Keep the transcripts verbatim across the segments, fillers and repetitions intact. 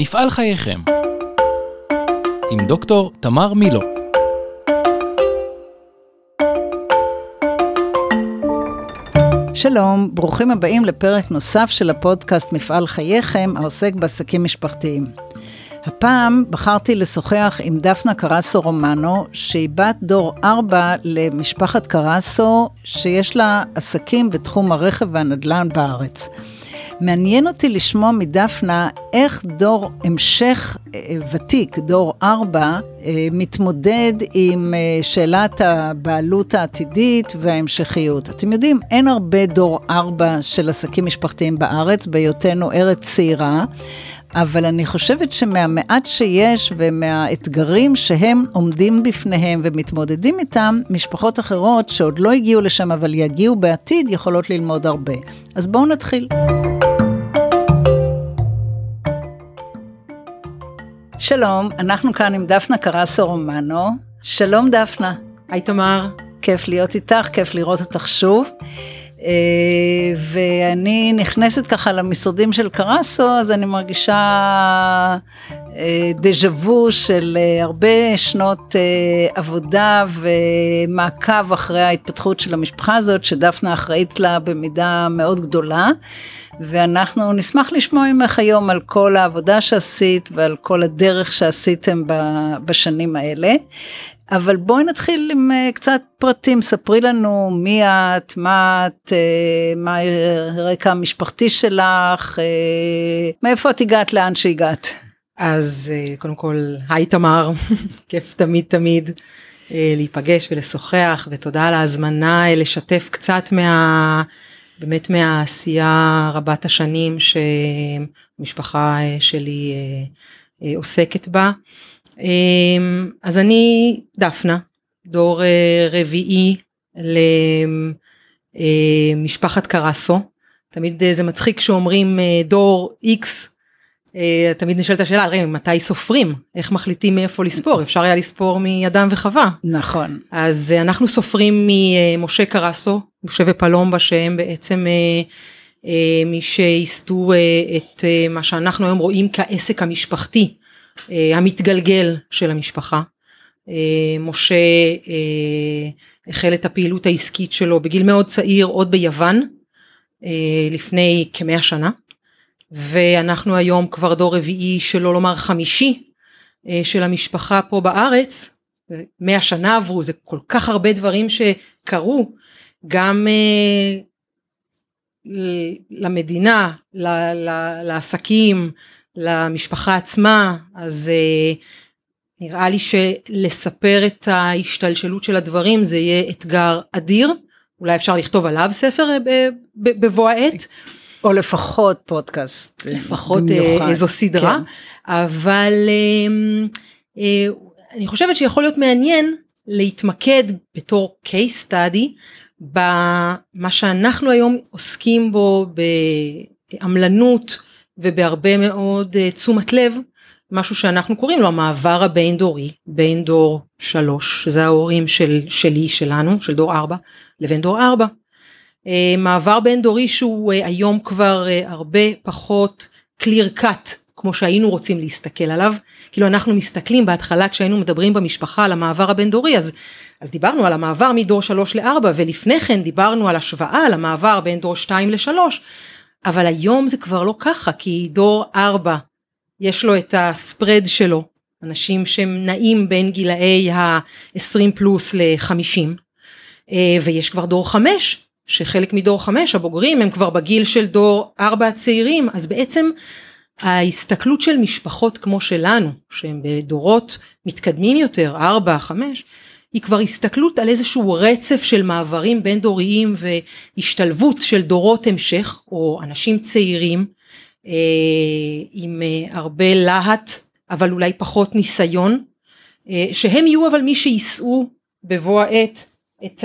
מפעל חייכם עם דוקטור תמר מילו. שלום, ברוכים הבאים לפרק נוסף של הפודקאסט מפעל חייכם, העוסק בעסקים משפחתיים. הפעם בחרתי לשוחח עם דפנה קרסו רומנו, שהיא בת דור ארבע למשפחת קרסו, שיש לה עסקים בתחום הרכב והנדל"ן בארץ. מעניין אותי לשמוע מדפנה איך דור המשך ותיק, דור ארבע, מתמודד עם שאלת הבעלות העתידית וההמשכיות. אתם יודעים, אין הרבה דור ארבע של עסקים משפחתיים בארץ, בהיותנו ארץ צעירה, אבל אני חושבת שמהמעט שיש ומהאתגרים שהם עומדים בפניהם ומתמודדים איתם, משפחות אחרות שעוד לא הגיעו לשם אבל יגיעו בעתיד יכולות ללמוד הרבה. אז בואו נתחיל. שלום, אנחנו כאן עם דפנה קרסו רומנו. שלום דפנה. היי תמר. כיף להיות איתך, כיף לראות אותך שוב. ואני נכנסת ככה למשרדים של קרסו, אז אני מרגישה דז'ה-וו של הרבה שנות עבודה ומעקב אחרי ההתפתחות של המשפחה הזאת, שדפנה אחראית לה במידה מאוד גדולה, ואנחנו נשמח לשמוע ממך היום על כל העבודה שעשית ועל כל הדרך שעשיתם בשנים האלה. אבל בואי נתחיל עם קצת פרטים, ספרי לנו מי את, מה את, מה הרקע המשפחתי שלך, מאיפה את הגעת, לאן שהגעת? אז קודם כל, היי תמר, כיף תמיד תמיד להיפגש ולשוחח, ותודה על ההזמנה לשתף קצת מה, באמת מהעשייה רבת השנים שהמשפחה שלי עוסקת בה. אז אני דפנה, דור רביעי למשפחת קרסו. תמיד זה מצחיק שאומרים דור X, תמיד נשאלת השאלה, הרי מתי סופרים? איך מחליטים מאיפה לספור? אפשר היה לספור מאדם וחווה. נכון. אז אנחנו סופרים ממשה קרסו, משה ופלומבה, שהם בעצם מי שהסתו את מה שאנחנו היום רואים כעסק המשפחתי, המתגלגל של המשפחה. משה החל את הפעילות העסקית שלו בגיל מאוד צעיר, עוד ביוון, לפני כמאה שנה, ואנחנו היום כבר דור רביעי, שלא לומר חמישי, של המשפחה פה בארץ. מאה שנה עברו, זה כל כך הרבה דברים שקרו, גם למדינה, לעסקים, למשפחה עצמה. אז נראה לי שלספר את ההשתלשלות של הדברים זה יהיה אתגר אדיר, אולי אפשר לכתוב עליו ספר בבוא העת, או לפחות פודקאסט, לפחות איזו סדרה, כן. אבל אני חושבת שיכול להיות מעניין להתמקד בתור case study במה שאנחנו היום עוסקים בו, בעמלנות ובהרבה מאוד תשומת לב, משהו שאנחנו קוראים לו המעבר הבין דורי, בין דור שלוש, שזה ההורים של, שלי, שלנו, של דור ארבע, לבין דור ארבע. מעבר בין דורי שהוא היום כבר הרבה פחות clear cut, כמו שהיינו רוצים להסתכל עליו. כאילו אנחנו מסתכלים בהתחלה כשהיינו מדברים במשפחה על המעבר הבין דורי, אז, אז דיברנו על המעבר מדור שלוש לארבע, ולפני כן דיברנו על השוואה, על המעבר בין דור שתיים לשלוש, אבל היום זה כבר לא ככה, כי דור ארבע, יש לו את הספרד שלו, אנשים שהם נעים בין גילאי ה-עשרים פלוס ל-חמישים, ויש כבר דור חמש, שחלק מדור חמש, הבוגרים, הם כבר בגיל של דור ארבע הצעירים, אז בעצם ההסתכלות של משפחות כמו שלנו, שהם בדורות מתקדמים יותר, ארבע, חמש, היא כבר הסתכלות על איזשהו רצף של מעברים בין דוריים, והשתלבות של דורות המשך, או אנשים צעירים, אה, עם אה, הרבה להט, אבל אולי פחות ניסיון, אה, שהם יהיו אבל מי שיסעו בבוא העת, את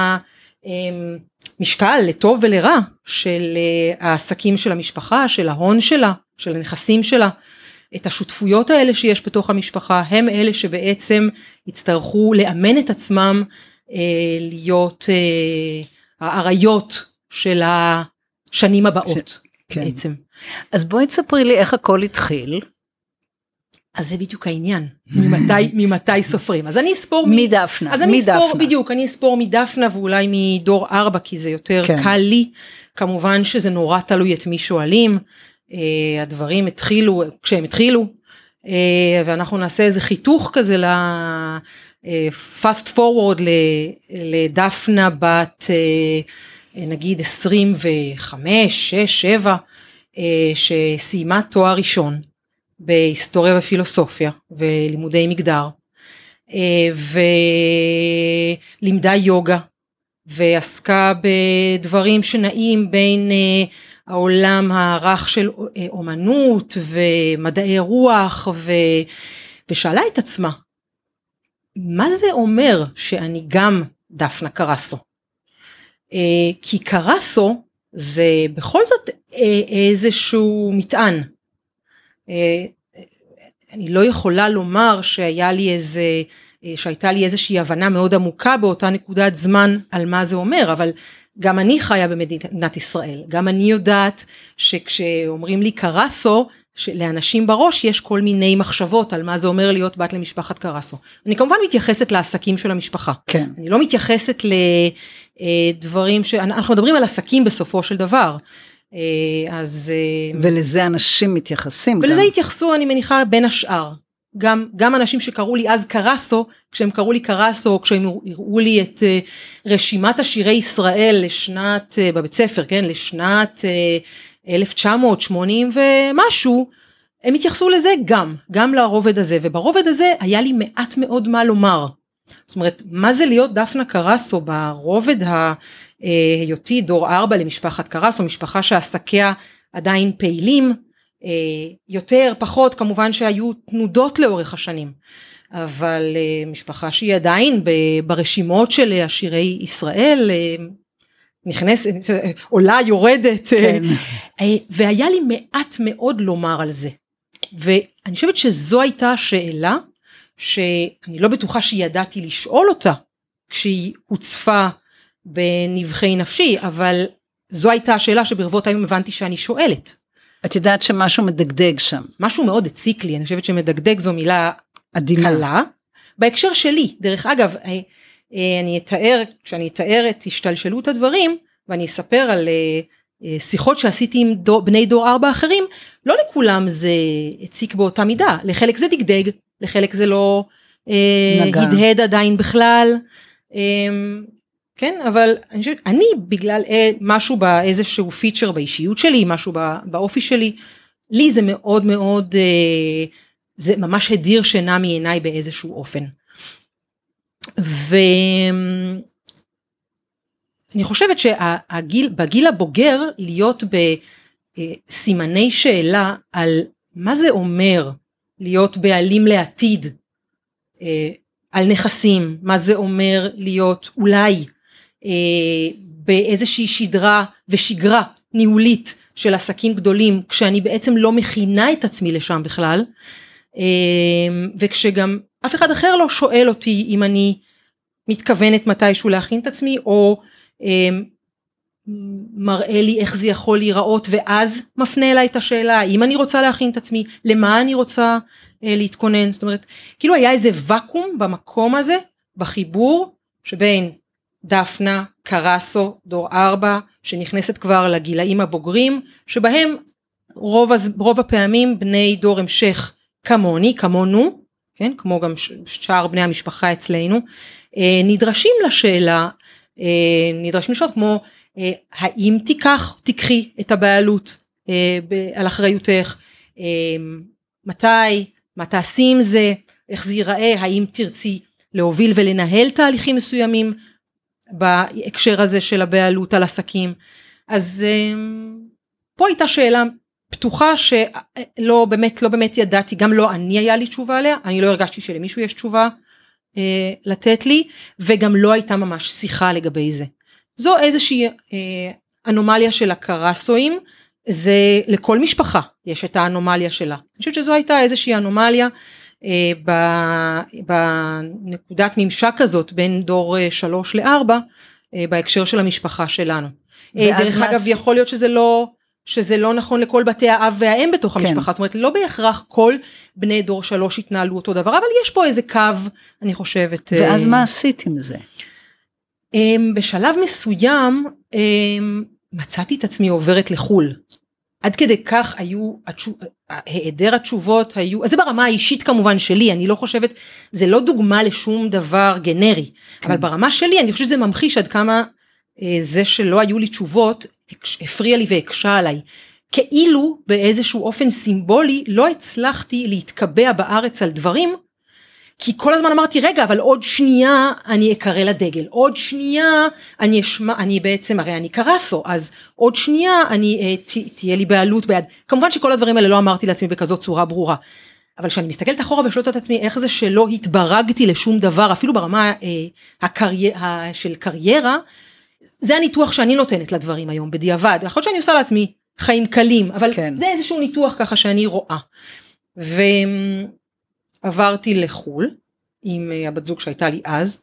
המשקל לטוב ולרע, של אה, העסקים של המשפחה, של ההון שלה, של הנכסים שלה, את השותפויות האלה שיש בתוך המשפחה, הם אלה שבעצם יצטרכו לאמן את עצמם, אה, להיות אה, העריות של השנים הבאות, ש... כן. בעצם. אז בואי תספרי לי איך הכל התחיל, אז זה בדיוק העניין, ממתי, ממתי סופרים. אז אני אספור מדפנה. אז אני אספור, בדיוק, אני אספור מדפנה ואולי מדור ארבע, כי זה יותר כן. קל לי. כמובן שזה נורא תלוי את מי שואלים. הדברים התחילו, כשהם התחילו, ואנחנו נעשה איזה חיתוך כזה ל... fast forward לדפנה בת נגיד עשרים וחמש, שש, שבע, שסיימה תואר ראשון בהיסטוריה ופילוסופיה ולימודי מגדר, ולימדה יוגה ועסקה בדברים שנעים בין העולם הרך של אומנות ומדעי רוח, ושאלה את עצמה, מה זה אומר שאני גם דפנה קרסו? כי קרסו זה בכל זאת איזשהו מטען. אני לא יכולה לומר שהיה לי איזה, שהייתה לי איזושהי הבנה מאוד עמוקה באותה נקודת זמן על מה זה אומר, אבל גם אני חיה במדינת ישראל, גם אני יודעת שכשאומרים לי קרסו, לאנשים בראש יש כל מיני מחשבות על מה זה אומר להיות בת למשפחת קרסו. אני כמובן מתייחסת לעסקים של המשפחה. כן. אני לא מתייחסת לדברים ש... אנחנו מדברים על עסקים בסופו של דבר. אז... ולזה אנשים מתייחסים. ולזה גם. התייחסו, אני מניחה, בין השאר. גם, גם אנשים שקראו לי אז קרסו, כשהם קראו לי קרסו, או כשהם הראו לי את רשימת השירי ישראל לשנת, בבית ספר, כן, לשנת... אלף תשע מאות שמונים ומשהו, הם התייחסו לזה גם, גם לרובד הזה, וברובד הזה היה לי מעט מאוד מה לומר. זאת אומרת, מה זה להיות דפנה קרסו ברובד ההיותי דור ארבע למשפחת קרסו, משפחה שעסקיה עדיין פעילים, יותר, פחות, כמובן שהיו תנודות לאורך השנים, אבל משפחה שהיא עדיין ברשימות של השירי ישראל, נכנסת, עולה, יורדת, כן. והיה לי מעט מאוד לומר על זה, ואני חושבת שזו הייתה השאלה, שאני לא בטוחה שידעתי לשאול אותה, כשהיא הוצפה בנבחי נפשי, אבל זו הייתה השאלה שברבות היום הבנתי שאני שואלת. את יודעת שמשהו מדגדג שם. משהו מאוד הציק לי, אני חושבת שמדגדג זו מילה עדינה. קלה, בהקשר שלי, דרך אגב, אני אתאר, כשאני אתאר את השתלשלות הדברים, ואני אספר על שיחות שעשיתי עם דו, בני דור ארבע אחרים, לא לכולם זה הציק באותה מידה, לחלק זה דגדג, לחלק זה לא הדהד עדיין בכלל, כן, אבל אני חושבת, אני בגלל משהו באיזשהו פיצ'ר באישיות שלי, משהו באופי שלי, לי זה מאוד מאוד, זה ממש הדיר שינה מעיניי באיזשהו אופן. ואני חושבת שבגיל הבוגר להיות בסימני שאלה על מה זה אומר להיות בעלים לעתיד על נכסים, מה זה אומר להיות אולי באיזושהי שדרה ושגרה ניהולית של עסקים גדולים, כשאני בעצם לא מכינה את עצמי לשם בכלל, וכשגם אף אחד אחר לא שואל אותי אם אני מתכוונת מתישהו להכין את עצמי, או מראה לי איך זה יכול להיראות, ואז מפנה אליי את השאלה, אם אני רוצה להכין את עצמי, למה אני רוצה להתכונן, זאת אומרת, כאילו היה איזה וקום במקום הזה, בחיבור, שבין דפנה, קרסו, דור ארבע, שנכנסת כבר לגילאים הבוגרים, שבהם רוב, רוב הפעמים בני דור המשך כמוני, כמונו, כן, כמו גם שאר בני המשפחה אצלנו, נדרשים לשאלה, נדרשים לשאול כמו, האם תיקח, תיקחי את הבעלות על אחריותך, מתי, מה תעשי עם זה, איך זה ייראה, האם תרצי להוביל ולנהל תהליכים מסוימים, בהקשר הזה של הבעלות על עסקים. אז פה הייתה שאלה פתוחה שלא באמת, לא באמת ידעתי, גם לא אני היה לי תשובה עליה, אני לא הרגשתי שלמישהו יש תשובה אה, לתת לי, וגם לא הייתה ממש שיחה לגבי זה. זו איזושהי אה, אנומליה של הקרסואים, זה לכל משפחה יש את האנומליה שלה. אני חושבת שזו הייתה איזושהי אנומליה, אה, בנקודת ממשק הזאת, בין דור אה, שלוש לארבע, אה, בהקשר של המשפחה שלנו. אה, דרך אגב, יכול להיות שזה לא, שזה לא נכון לכל בתי האב והאם בתוך כן. המשפחה, זאת אומרת, לא בהכרח כל בני דור שלוש התנהלו אותו דבר, אבל יש פה איזה קו, אני חושבת. ואז מה עשית עם זה? בשלב מסוים, מצאתי את עצמי עוברת לחול. עד כדי כך היו, היעדר התשובות היו, אז זה ברמה האישית כמובן שלי, אני לא חושבת, זה לא דוגמה לשום דבר גנרי, כן. אבל ברמה שלי, אני חושבת שזה ממחיש עד כמה זה שלא היו לי תשובות, הפריע לי והקשה עליי. כאילו באיזשהו אופן סימבולי, לא הצלחתי להתקבע בארץ על דברים, כי כל הזמן אמרתי, רגע, אבל עוד שנייה אני אקרא לדגל, עוד שנייה אני אשמע, אני בעצם, הרי אני קרסו, אז עוד שנייה אני, ת, תהיה לי בעלות ביד. כמובן שכל הדברים האלה לא אמרתי לעצמי בכזאת צורה ברורה, אבל כשאני מסתכלת אחורה ושואלת את עצמי, איך זה שלא התברגתי לשום דבר, אפילו ברמה אה, הקרי... של קריירה, זה הניתוח שאני נותנת לדברים היום, בדיעבד. יכול להיות שאני עושה לעצמי חיים קלים, אבל כן. זה איזשהו ניתוח ככה שאני רואה. ועברתי לחול, עם הבת זוג שהייתה לי אז,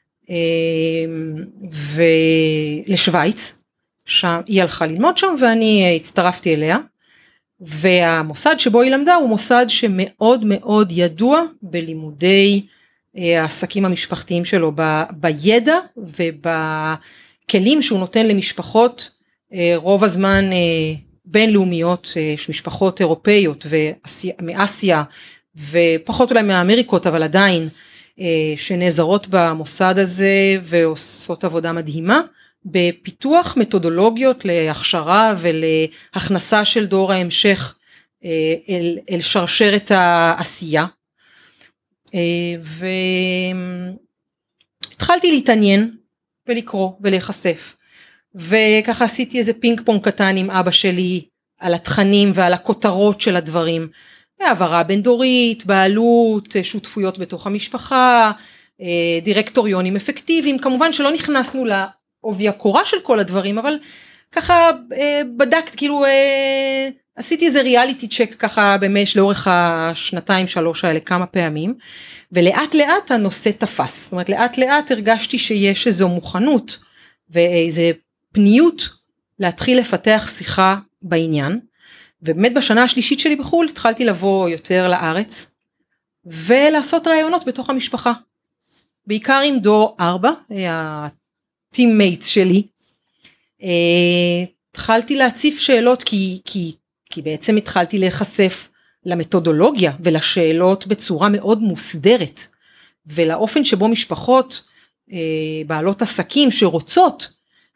ולשוויץ, שם, היא הלכה ללמוד שם, ואני הצטרפתי אליה, והמוסד שבו היא למדה, הוא מוסד שמאוד מאוד ידוע, בלימודי העסקים המשפחתיים שלו, ב, בידע ובכלים שהוא נותן למשפחות, רוב הזמן בינלאומיות, משפחות אירופאיות ומאסיה, ופחות אולי מהאמריקות, אבל עדיין, שנעזרות במוסד הזה, ועושות עבודה מדהימה, בפיתוח מתודולוגיות להכשרה ולהכנסה של דור ההמשך אל, אל שרשרת העשייה. והתחלתי להתעניין ולקרוא ולהיחשף. וככה עשיתי איזה פינג פונג קטן עם אבא שלי על התכנים ועל הכותרות של הדברים. העברה בין דורית, בעלות, שותפויות בתוך המשפחה, דירקטוריונים אפקטיביים. כמובן שלא נכנסנו לעובי הקורה של כל הדברים, אבל ככה בדקת, כאילו עשיתי איזה ריאליטי צ'ק ככה במש לאורך השנתיים שלוש האלה כמה פעמים, ולאט לאט הנושא תפס. זאת אומרת, לאט לאט הרגשתי שיש איזו מוכנות ואיזה פניות להתחיל לפתח שיחה בעניין. ובאמת בשנה השלישית שלי בחול התחלתי לבוא יותר לארץ ולעשות רעיונות בתוך המשפחה. בעיקר עם דור ארבע, הטיממייטס שלי. התחלתי להציף שאלות כי, כי, כי בעצם התחלתי להיחשף למתודולוגיה ולשאלות בצורה מאוד מוסדרת. ולאופן שבו משפחות בעלות עסקים שרוצות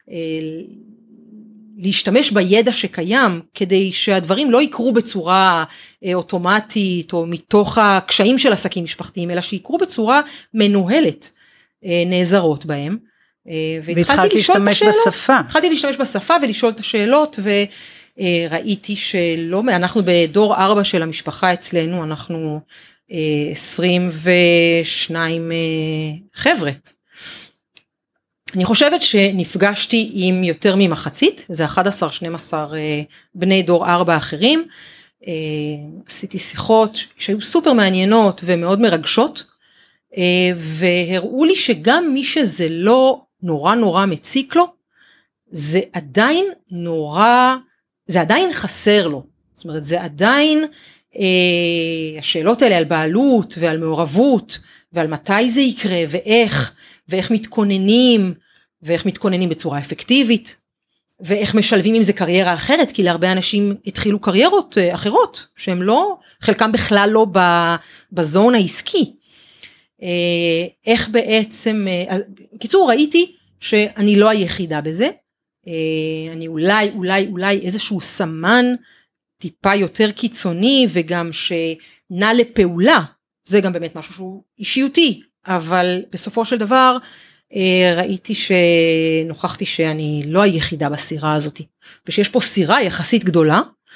להשתמש בידע שקיים, כדי שהדברים לא יקרו בצורה אוטומטית, או מתוך הקשיים של עסקים משפחתיים, אלא שיקרו בצורה מנוהלת, נעזרות בהם. והתחלתי להשתמש בשפה. התחלתי להשתמש בשפה ולשאול את השאלות, וראיתי שלא, אנחנו בדור ארבע של המשפחה אצלנו, אנחנו עשרים ושניים חבר'ה. אני חושבת שנפגשתי עם יותר ממחצית, זה אחד עשר שנים עשר בני דור ארבע אחרים, עשיתי שיחות שהיו סופר מעניינות ומאוד מרגשות, והראו לי שגם מי שזה לא נורא נורא מציק לו, זה עדיין נורא, זה עדיין חסר לו, זאת אומרת זה עדיין, השאלות האלה על בעלות ועל מעורבות, ועל מתי זה יקרה ואיך, ואיך מתכוננים, ואיך מתכוננים בצורה אפקטיבית, ואיך משלבים עם זה קריירה אחרת, כי להרבה אנשים התחילו קריירות אחרות, שהם לא, חלקם בכלל לא בזון העסקי. איך בעצם, קיצור ראיתי שאני לא היחידה בזה, אני אולי, אולי, אולי איזשהו סמן טיפה יותר קיצוני, וגם שנע לפעולה, זה גם באמת משהו שהוא אישיותי, אבל בסופו של דבר ראיתי שנוכחתי שאני לא היחידה בסירה הזאת, ושיש פה סירה יחסית גדולה,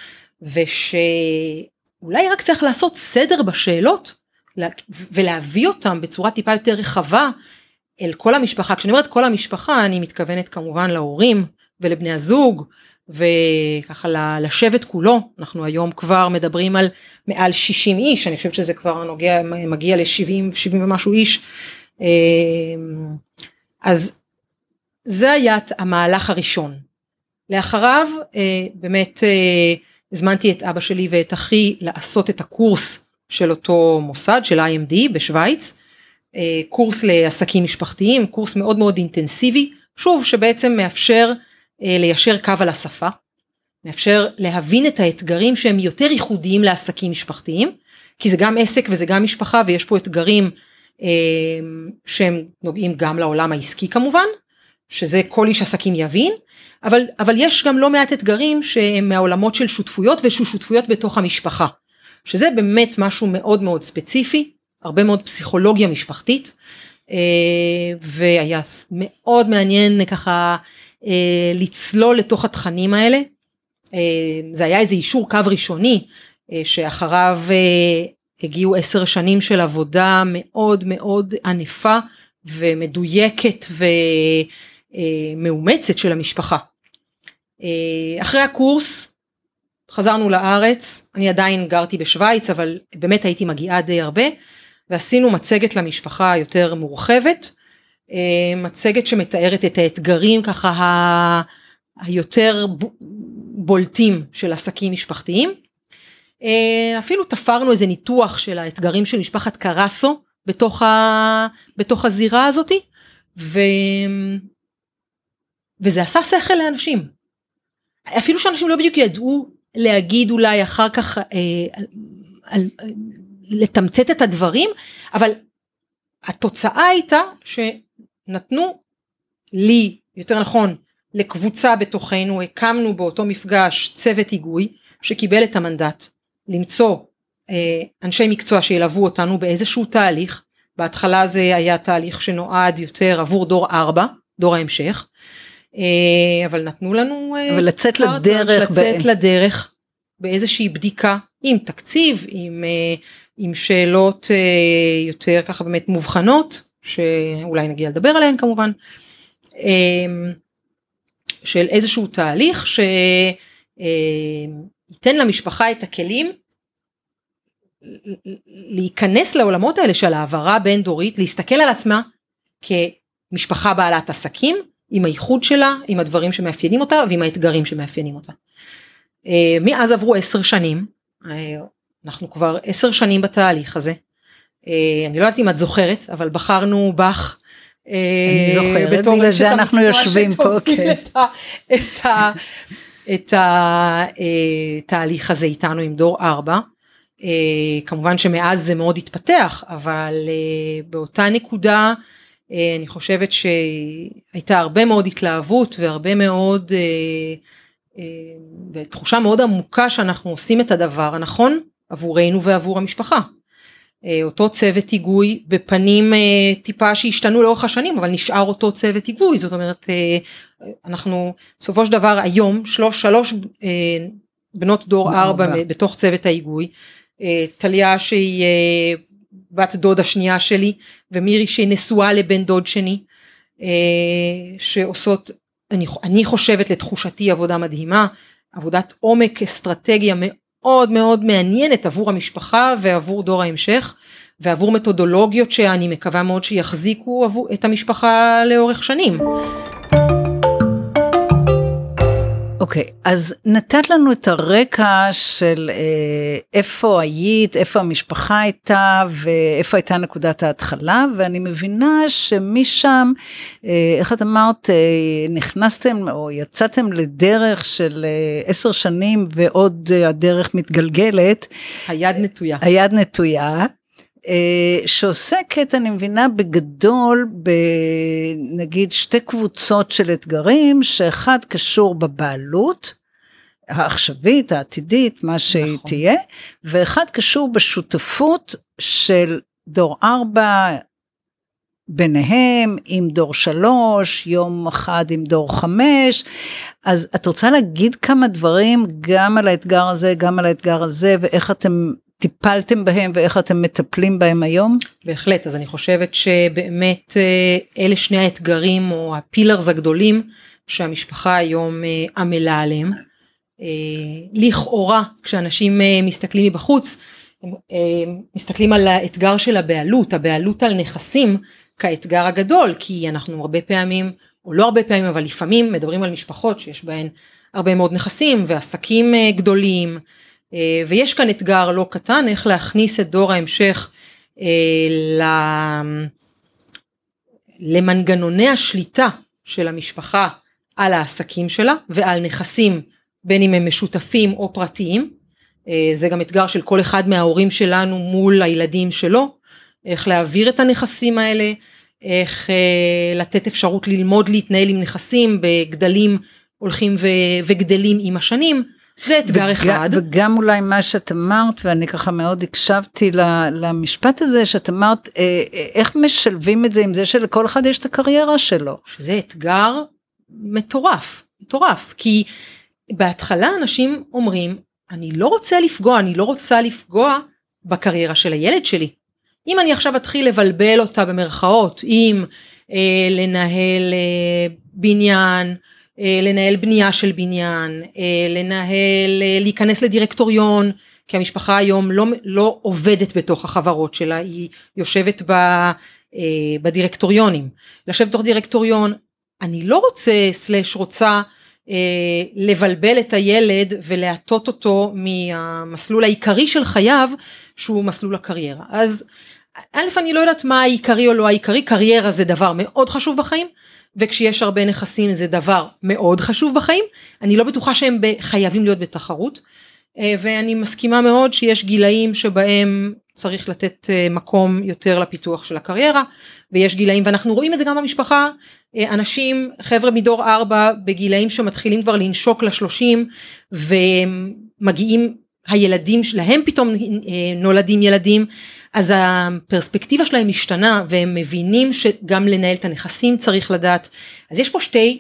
ושאולי רק צריך לעשות סדר בשאלות, ולהביא אותם בצורה טיפה יותר רחבה אל כל המשפחה. כשאני אומרת כל המשפחה, אני מתכוונת כמובן להורים ולבני הזוג, וככה לשבט כולו. אנחנו היום כבר מדברים על מעל שישים איש, אני חושבת שזה כבר נוגע, מגיע ל-שבעים, שבעים ומשהו איש. אז זה היה המהלך הראשון. לאחריו באמת הזמנתי את אבא שלי ואת אחי לעשות את הקורס של אותו מוסד, של איי אם די בשוויץ, קורס לעסקים משפחתיים, קורס מאוד מאוד אינטנסיבי, שוב שבעצם מאפשר ליישר קו על השפה, מאפשר להבין את האתגרים שהם יותר ייחודיים לעסקים משפחתיים, כי זה גם עסק וזה גם משפחה, ויש פה אתגרים שהם נוגעים גם לעולם העסקי כמובן, שזה כל איש עסקים יבין, אבל, אבל יש גם לא מעט אתגרים שהם מהעולמות של שותפויות ושותפויות בתוך המשפחה, שזה באמת משהו מאוד מאוד ספציפי, הרבה מאוד פסיכולוגיה משפחתית, והיה מאוד מעניין ככה לצלול לתוך התכנים האלה, זה היה איזה אישור קו ראשוני, שאחריו הגיעו עשר שנים של עבודה מאוד מאוד ענפה ומדויקת ומאומצת של המשפחה. אחרי הקורס חזרנו לארץ, אני עדיין גרתי בשוויץ, אבל באמת הייתי מגיעה די הרבה, ועשינו מצגת למשפחה יותר מורחבת, מצגת שמתארת את האתגרים ככה ה... היותר בולטים של עסקים משפחתיים, אפילו תפרנו איזה ניתוח של האתגרים של משפחת קרסו, בתוך, ה... בתוך הזירה הזאת, ו... וזה עשה שכל לאנשים, אפילו שאנשים לא בדיוק ידעו להגיד אולי אחר כך, אה, על, לתמצת את הדברים, אבל התוצאה הייתה שנתנו לי, יותר נכון, לקבוצה בתוכנו, הקמנו באותו מפגש צוות היגוי, שקיבל את המנדט, למצוא אה, אנשי מקצוע שילוו אותנו באיזשהו תהליך, בהתחלה זה היה תהליך שנועד יותר עבור דור ארבע, דור ההמשך, אה, אבל נתנו לנו, אבל אה, לצאת לדרך, לצאת ב... לדרך, באיזושהי בדיקה, עם תקציב, עם, אה, עם שאלות אה, יותר ככה באמת מובחנות, שאולי נגיע לדבר עליהן כמובן, אה, של איזשהו תהליך שייתן למשפחה את הכלים להיכנס לעולמות האלה של העברה בין דורית, להסתכל על עצמה כמשפחה בעלת עסקים, עם הייחוד שלה, עם הדברים שמאפיינים אותה ועם האתגרים שמאפיינים אותה. מאז עברו עשר שנים, אנחנו כבר עשר שנים בתהליך הזה, אני לא יודעת אם את זוכרת, אבל בחרנו בך, אני זוכרת, בגלל זה אנחנו יושבים פה, את התהליך הזה איתנו עם דור ארבע, כמובן שמאז זה מאוד התפתח, אבל באותה נקודה אני חושבת שהייתה הרבה מאוד התלהבות והרבה מאוד, ותחושה מאוד עמוקה שאנחנו עושים את הדבר הנכון עבורנו ועבור המשפחה. אותו צוות היגוי בפנים טיפה שהשתנו לאורך השנים, אבל נשאר אותו צוות היגוי, זאת אומרת, אנחנו בסופו של דבר היום, שלוש, שלוש בנות דור ארבע בתוך צוות ההיגוי, טליה שהיא בת דוד השנייה שלי, ומירי שהיא נשואה לבן דוד שני, שעושות, אני, אני חושבת לתחושתי עבודה מדהימה, עבודת עומק, אסטרטגיה מאוד מאוד מעניינת עבור המשפחה ועבור דור ההמשך, ועבור מתודולוגיות שאני מקווה מאוד שיחזיקו עבור, את המשפחה לאורך שנים. אוקיי, okay, אז נתת לנו את הרקע של אה, איפה היית, איפה המשפחה הייתה, ואיפה הייתה נקודת ההתחלה, ואני מבינה שמשם, אה, איך את אמרת, אה, נכנסתם או יצאתם לדרך של אה, עשר שנים, ועוד אה, הדרך מתגלגלת. היד נטויה. היד נטויה. שעוסקת, אני מבינה, בגדול, בנגיד שתי קבוצות של אתגרים, שאחד קשור בבעלות, העכשווית, העתידית, מה שהיא נכון. תהיה, ואחד קשור בשותפות של דור ארבע, ביניהם, עם דור שלוש, יום אחד עם דור חמש, אז את רוצה להגיד כמה דברים, גם על האתגר הזה, גם על האתגר הזה, ואיך אתם טיפלתם בהם ואיך אתם מטפלים בהם היום? בהחלט, אז אני חושבת שבאמת אלה שני האתגרים או הפילרס הגדולים שהמשפחה היום עמלה עליהם. לכאורה, כשאנשים מסתכלים מבחוץ, הם מסתכלים על האתגר של הבעלות, הבעלות על נכסים כאתגר הגדול, כי אנחנו הרבה פעמים, או לא הרבה פעמים, אבל לפעמים מדברים על משפחות שיש בהן הרבה מאוד נכסים ועסקים גדולים, ויש כאן אתגר לא קטן, איך להכניס את דור ההמשך למנגנוני השליטה של המשפחה על העסקים שלה ועל נכסים בין אם הם משותפים או פרטיים. זה גם אתגר של כל אחד מההורים שלנו מול הילדים שלו, איך להעביר את הנכסים האלה, איך לתת אפשרות ללמוד להתנהל עם נכסים בגדלים הולכים וגדלים עם השנים. זה אתגר אחד. וגם אולי מה שאת אמרת, ואני ככה מאוד הקשבתי למשפט הזה, שאת אמרת, איך משלבים את זה עם זה שלכל אחד יש את הקריירה שלו? שזה אתגר מטורף, מטורף, כי בהתחלה אנשים אומרים, אני לא רוצה לפגוע, אני לא רוצה לפגוע בקריירה של הילד שלי. אם אני עכשיו אתחיל לבלבל אותה במרכאות, אם אה, לנהל אה, בניין, לנהל בנייה של בניין, לנהל, להיכנס לדירקטוריון, כי המשפחה היום לא, לא עובדת בתוך החברות שלה, היא יושבת ב, בדירקטוריונים. לשבת בתוך דירקטוריון, אני לא רוצה, סלש רוצה, לבלבל את הילד ולהטות אותו מהמסלול העיקרי של חייו, שהוא מסלול הקריירה. אז א', אני לא יודעת מה העיקרי או לא העיקרי, קריירה זה דבר מאוד חשוב בחיים, וכשיש הרבה נכסים זה דבר מאוד חשוב בחיים, אני לא בטוחה שהם חייבים להיות בתחרות, ואני מסכימה מאוד שיש גילאים שבהם צריך לתת מקום יותר לפיתוח של הקריירה, ויש גילאים, ואנחנו רואים את זה גם במשפחה, אנשים, חבר'ה מדור ארבע, בגילאים שמתחילים כבר לנשוק לשלושים, ומגיעים הילדים שלהם פתאום נולדים ילדים, אז הפרספקטיבה שלהם משתנה, והם מבינים שגם לנהל את הנכסים צריך לדעת. אז יש פה שתי,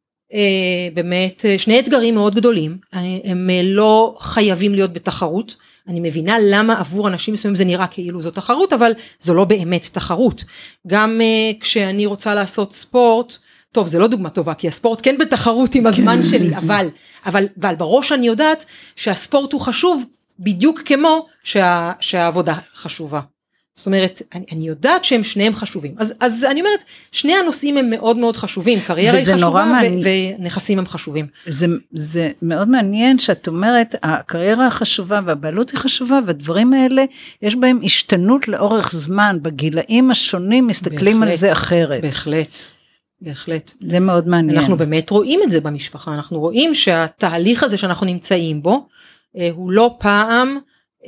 באמת, שני אתגרים מאוד גדולים, הם לא חייבים להיות בתחרות, אני מבינה למה עבור אנשים מסוימים זה נראה כאילו זו תחרות, אבל זו לא באמת תחרות. גם כשאני רוצה לעשות ספורט, טוב, זה לא דוגמה טובה, כי הספורט כן בתחרות עם הזמן שלי, אבל, אבל, אבל בראש אני יודעת שהספורט הוא חשוב, בדיוק כמו שה, שהעבודה חשובה. זאת אומרת, אני, אני יודעת שהם שניהם חשובים. אז, אז אני אומרת, שני הנושאים הם מאוד מאוד חשובים, קריירה היא חשובה ו, ונכסים הם חשובים. זה, זה מאוד מעניין שאת אומרת, הקריירה החשובה והבעלות היא חשובה, והדברים האלה, יש בהם השתנות לאורך זמן, בגילאים השונים מסתכלים בהחלט, על זה אחרת. בהחלט. בהחלט. זה מאוד מעניין. אנחנו באמת רואים את זה במשפחה, אנחנו רואים שהתהליך הזה שאנחנו נמצאים בו, הוא לא פעם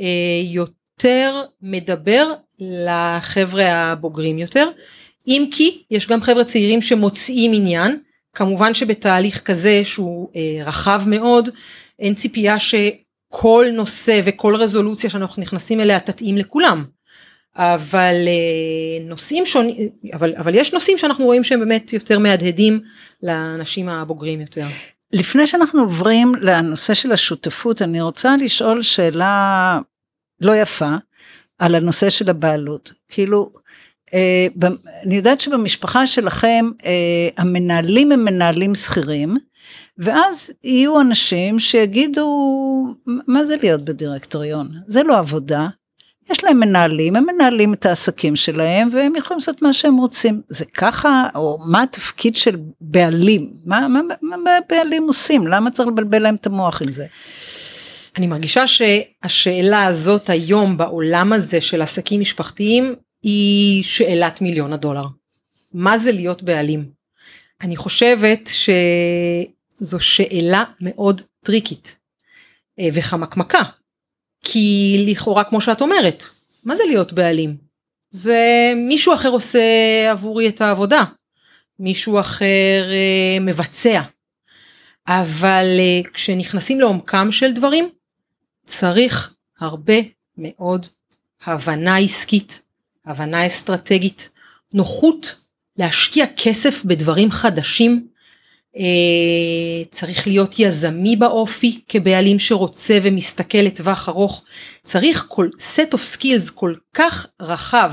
יותר מדבר לחבר'ה הבוגרים יותר, אם כי יש גם חבר'ה צעירים שמוצאים עניין, כמובן שבתהליך כזה שהוא רחב מאוד, אין ציפייה שכל נושא וכל רזולוציה שאנחנו נכנסים אליה תתאים לכולם, אבל נושאים שונים, אבל, אבל יש נושאים שאנחנו רואים שהם באמת יותר מהדהדים לאנשים הבוגרים יותר. לפני שאנחנו עוברים לנושא של השותפות, אני רוצה לשאול שאלה לא יפה, על הנושא של הבעלות. כאילו, אה, אני יודעת שבמשפחה שלכם, אה, המנהלים הם מנהלים שכירים, ואז יהיו אנשים שיגידו, מה זה להיות בדירקטוריון? זה לא עבודה. יש להם מנהלים, הם מנהלים את העסקים שלהם, והם יכולים לעשות מה שהם רוצים. זה ככה, או מה התפקיד של בעלים? מה, מה, מה בעלים עושים? למה צריך לבלבל להם את המוח עם זה? אני מרגישה שהשאלה הזאת היום בעולם הזה של עסקים משפחתיים, היא שאלת מיליון הדולר. מה זה להיות בעלים? אני חושבת שזו שאלה מאוד טריקית, וחמקמקה. כי לכאורה כמו שאת אומרת, מה זה להיות בעלים? זה מישהו אחר עושה עבורי את העבודה, מישהו אחר מבצע, אבל כשנכנסים לעומקם של דברים, צריך הרבה מאוד הבנה עסקית, הבנה אסטרטגית, נוחות להשקיע כסף בדברים חדשים, צריך להיות יזמי באופי כבעלים שרוצה ומסתכל לטווח ארוך, צריך כל set of skills כל כך רחב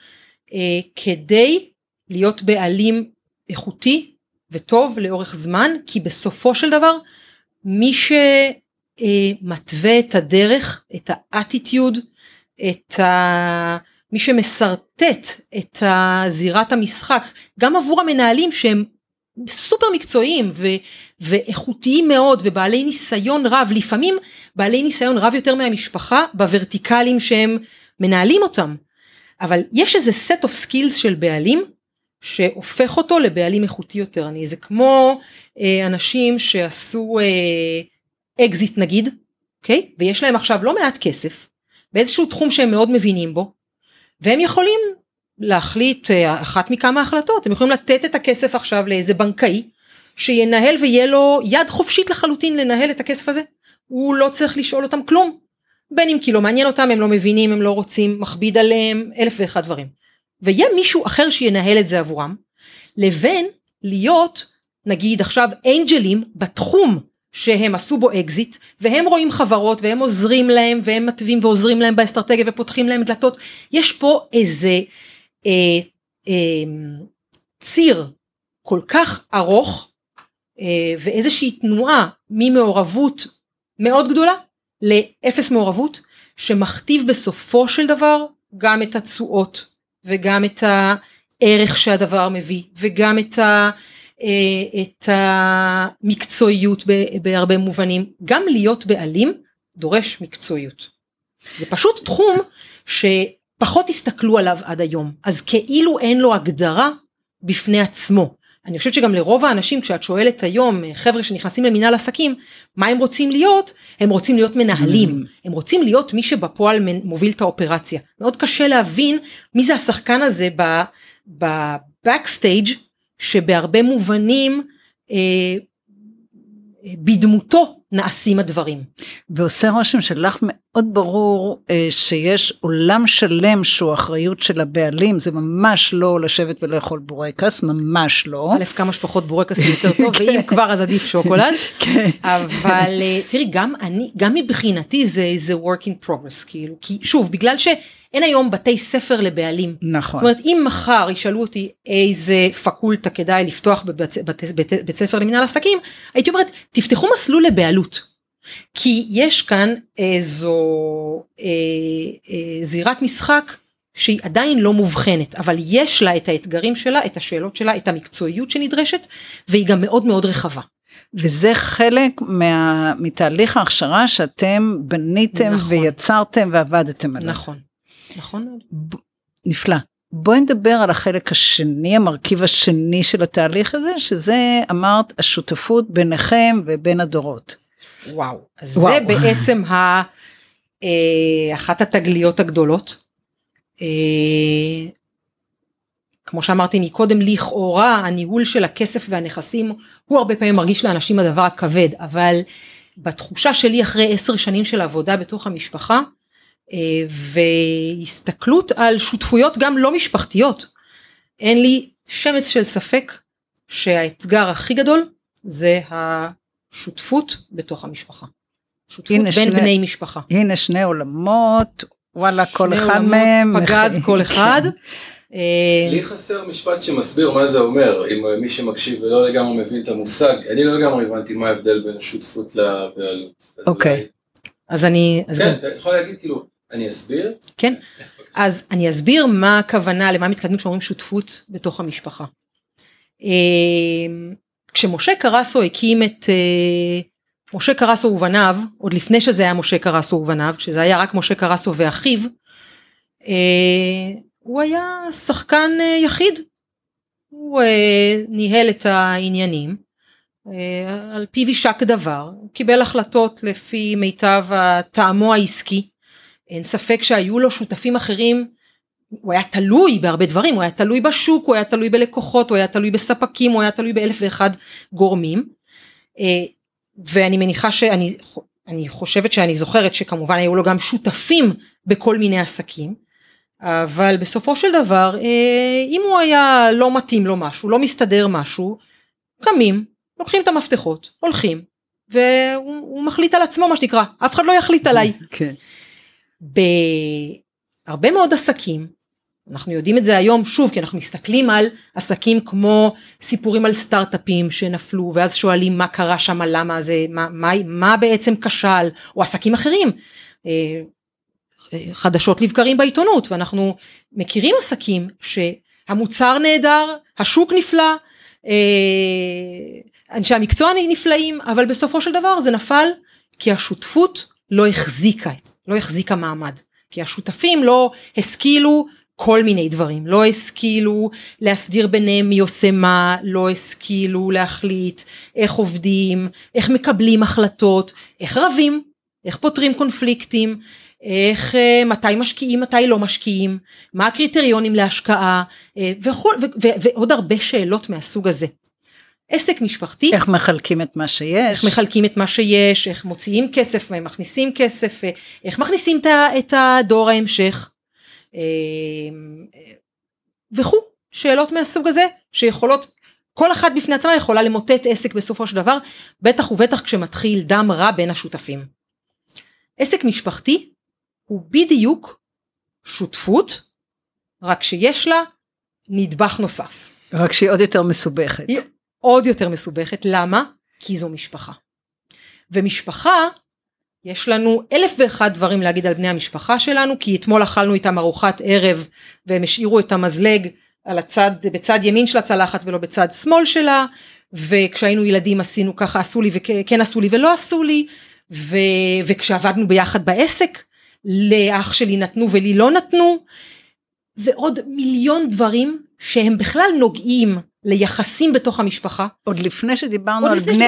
כדי להיות בעלים איכותי וטוב לאורך זמן, כי בסופו של דבר מי שמתווה את הדרך, את האטיטיוד, את ה... מי שמסרטט את זירת המשחק, גם עבור המנהלים שהם סופר מקצועיים ו, ואיכותיים מאוד ובעלי ניסיון רב, לפעמים בעלי ניסיון רב יותר מהמשפחה בוורטיקלים שהם מנהלים אותם, אבל יש איזה set of skills של בעלים שהופך אותו לבעלים איכותי יותר. אני, זה כמו אה, אנשים שעשו אה, אקזיט נגיד, אוקיי? ויש להם עכשיו לא מעט כסף באיזשהו תחום שהם מאוד מבינים בו, והם יכולים להחליט אחת מכמה החלטות, הם יכולים לתת את הכסף עכשיו לאיזה בנקאי, שינהל ויהיה לו יד חופשית לחלוטין לנהל את הכסף הזה, הוא לא צריך לשאול אותם כלום, בין אם כי לא מעניין אותם, הם לא מבינים, הם לא רוצים, מכביד עליהם, אלף ואחד דברים, ויהיה מישהו אחר שינהל את זה עבורם, לבין להיות נגיד עכשיו אנג'לים בתחום שהם עשו בו אקזיט, והם רואים חברות, והם עוזרים להם, והם מטבים ועוזרים להם באסטרטגיה, ופותחים להם דלתות. יש פה איזה אה, אה, ציר כל כך ארוך, אה, ואיזושהי תנועה ממעורבות מאוד גדולה, לאפס מעורבות, שמכתיב בסופו של דבר, גם את התשואות, וגם את הערך שהדבר מביא, וגם את ה... את המקצועיות בהרבה מובנים, גם להיות בעלים דורש מקצועיות. זה פשוט תחום שפחות הסתכלו עליו עד היום, אז כאילו אין לו הגדרה בפני עצמו. אני חושבת שגם לרוב האנשים, כשאת שואלת היום, חבר'ה שנכנסים למנהל עסקים, מה הם רוצים להיות? הם רוצים להיות מנהלים, הם רוצים להיות מי שבפועל מוביל את האופרציה. מאוד קשה להבין מי זה השחקן הזה בבקסטייג' שבהרבה מובנים אה, בדמותו נעשים הדברים. ועושה רושם שלך מאוד ברור אה, שיש עולם שלם שהוא אחריות של הבעלים, זה ממש לא לשבת ולאכול בורקס, ממש לא. א', כמה שפחות בורקס יותר טוב, ואם כבר אז עדיף שוקולד, אבל תראי, גם אני, גם מבחינתי זה, זה work in progress, כאילו, כי שוב, בגלל ש... אין היום בתי ספר לבעלים. נכון. זאת אומרת, אם מחר ישאלו אותי איזה פקולטה כדאי לפתוח בבית, בית, בית, בית ספר למנהל עסקים, הייתי אומרת, תפתחו מסלול לבעלות. כי יש כאן איזו אה, אה, זירת משחק שהיא עדיין לא מובחנת, אבל יש לה את האתגרים שלה, את השאלות שלה, את המקצועיות שנדרשת, והיא גם מאוד מאוד רחבה. וזה חלק מה, מתהליך ההכשרה שאתם בניתם נכון. ויצרתם ועבדתם עליו. נכון. נכון. נפלא. בואי נדבר על החלק השני, המרכיב השני של התהליך הזה, שזה אמרת השותפות ביניכם ובין הדורות. וואו, אז וואו. זה בעצם ה, אה, אחת התגליות הגדולות. אה, כמו שאמרתי מקודם, לכאורה הניהול של הכסף והנכסים, הוא הרבה פעמים מרגיש לאנשים הדבר הכבד, אבל בתחושה שלי אחרי עשר שנים של עבודה בתוך המשפחה, והסתכלות על שותפויות גם לא משפחתיות, אין לי שמץ של ספק שהאתגר הכי גדול זה השותפות בתוך המשפחה, שותפות בין שני, בני משפחה. הנה שני עולמות, וואלה כל אחד מהם. פגז כל אחד. לי חסר משפט שמסביר מה זה אומר, אם מי שמקשיב ולא לגמרי מבין את המושג, אני לא לגמרי הבנתי מה ההבדל בין שותפות לבעלות. אוקיי. אז אני... כן, אתה יכול להגיד כאילו, אני אסביר? כן, אז אני אסביר מה הכוונה, למה מתקדמים שאומרים שותפות בתוך המשפחה. כשמשה קרסו הקים את, משה קרסו ובניו, עוד לפני שזה היה משה קרסו ובניו, כשזה היה רק משה קרסו ואחיו, הוא היה שחקן יחיד, הוא ניהל את העניינים, על פיו יישק דבר, הוא קיבל החלטות לפי מיטב טעמו העסקי, אין ספק שהיו לו שותפים אחרים, הוא היה תלוי בהרבה דברים, הוא היה תלוי בשוק, הוא היה תלוי בלקוחות, הוא היה תלוי בספקים, הוא היה תלוי באלף ואחד גורמים, ואני מניחה שאני אני חושבת שאני זוכרת שכמובן היו לו גם שותפים בכל מיני עסקים, אבל בסופו של דבר, אם הוא היה לא מתאים לו משהו, לא מסתדר משהו, קמים, לוקחים את המפתחות, הולכים, והוא מחליט על עצמו מה שנקרא, אף אחד לא יחליט עליי. כן. בהרבה מאוד עסקים, אנחנו יודעים את זה היום שוב, כי אנחנו מסתכלים על עסקים כמו סיפורים על סטארט-אפים שנפלו, ואז שואלים מה קרה שם, למה זה, מה, מה, מה בעצם כשל, או עסקים אחרים, חדשות לבקרים בעיתונות, ואנחנו מכירים עסקים שהמוצר נהדר, השוק נפלא, אנשי המקצוע נפלאים, אבל בסופו של דבר זה נפל, כי השותפות לא החזיקה, לא החזיקה מעמד, כי השותפים לא השכילו כל מיני דברים, לא השכילו להסדיר ביניהם מי עושה מה, לא השכילו להחליט איך עובדים, איך מקבלים החלטות, איך רבים, איך פותרים קונפליקטים, איך, מתי משקיעים, מתי לא משקיעים, מה הקריטריונים להשקעה, וכל, ו, ו, ועוד הרבה שאלות מהסוג הזה. עסק משפחתי. איך מחלקים את מה שיש. איך מחלקים את מה שיש, איך מוציאים כסף, מכניסים כסף, איך מכניסים את הדור ההמשך, וכו', שאלות מהסוג הזה, שיכולות, כל אחת בפני עצמה יכולה למוטט עסק בסופו של דבר, בטח ובטח כשמתחיל דם רע בין השותפים. עסק משפחתי הוא בדיוק שותפות, רק שיש לה נדבך נוסף. רק שהיא עוד יותר מסובכת. היא עוד יותר מסובכת, למה? כי זו משפחה. ומשפחה, יש לנו אלף ואחד דברים להגיד על בני המשפחה שלנו, כי אתמול אכלנו איתם ארוחת ערב, והם השאירו את המזלג על הצד, בצד ימין של הצלחת ולא בצד שמאל שלה, וכשהיינו ילדים עשינו ככה, עשו לי וכן עשו לי ולא עשו לי, ו, וכשעבדנו ביחד בעסק, לאח שלי נתנו ולי לא נתנו, ועוד מיליון דברים שהם בכלל נוגעים ליחסים בתוך המשפחה. עוד לפני שדיברנו על בני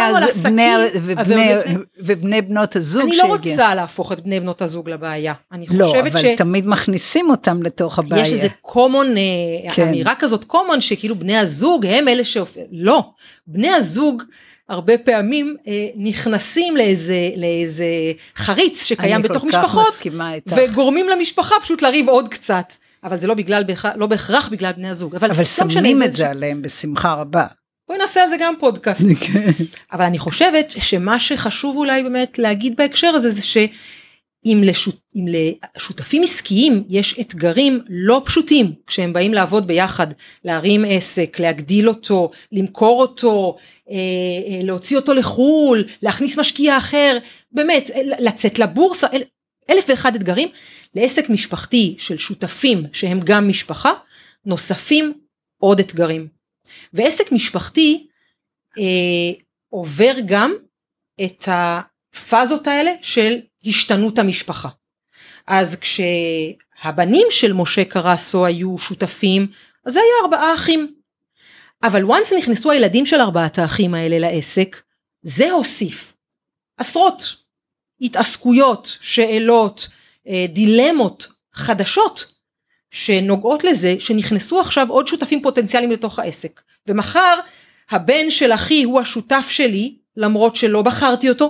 ובני בנות הזוג. אני לא רוצה להפוך את בני בנות הזוג לבעיה. לא, אבל תמיד מכניסים אותם לתוך הבעיה. יש איזה קומון, אמירה כזאת קומון, שכאילו בני הזוג הם אלה שהופכים, לא, בני הזוג הרבה פעמים נכנסים לאיזה, לאיזה חריץ שקיים בתוך משפחות, וגורמים למשפחה פשוט לריב עוד קצת. אבל זה לא בגלל, לא בהכרח בגלל בני הזוג. אבל, אבל שמים את זה עליהם בשמחה רבה. בואי נעשה על זה גם פודקאסט. אבל אני חושבת שמה שחשוב אולי באמת להגיד בהקשר הזה, זה שאם לשות, לשותפים עסקיים יש אתגרים לא פשוטים, כשהם באים לעבוד ביחד, להרים עסק, להגדיל אותו, למכור אותו, להוציא אותו לחול, להכניס משקיע אחר, באמת, לצאת לבורסה, אלף ואחד אתגרים, לעסק משפחתי של שותפים שהם גם משפחה, נוספים עוד אתגרים. ועסק משפחתי אה, עובר גם את הפאזות האלה של השתנות המשפחה. אז כשהבנים של משה קרסו היו שותפים, אז זה היה ארבעה אחים. אבל once נכנסו הילדים של ארבעת האחים האלה לעסק, זה הוסיף עשרות התעסקויות, שאלות, דילמות חדשות שנוגעות לזה, שנכנסו עכשיו עוד שותפים פוטנציאליים לתוך העסק, ומחר הבן של אחי הוא השותף שלי, למרות שלא בחרתי אותו,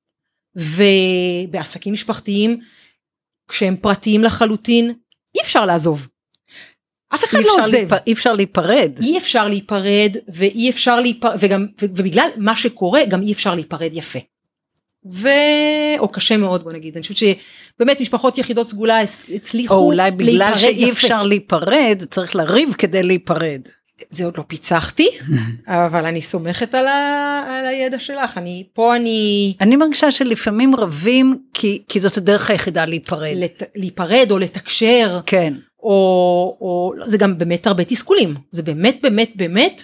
ובעסקים משפחתיים, כשהם פרטיים לחלוטין, אי אפשר לעזוב. אף אחד לא עוזב. אי אפשר להיפרד. אי אפשר להיפרד, ואי אפשר להיפרד, וגם, ובגלל מה שקורה, גם אי אפשר להיפרד יפה. ו... או קשה מאוד, בוא נגיד, אני חושבת שבאמת משפחות יחידות סגולה הצליחו או אולי בגלל שאי אפשר להיפרד, צריך לריב כדי להיפרד. זה עוד לא פיצחתי, אבל אני סומכת על, ה... על הידע שלך, אני, פה אני... אני מרגישה שלפעמים רבים, כי, כי זאת הדרך היחידה להיפרד. לת... להיפרד או לתקשר. כן. או, או... זה גם באמת הרבה תסכולים, זה באמת באמת באמת,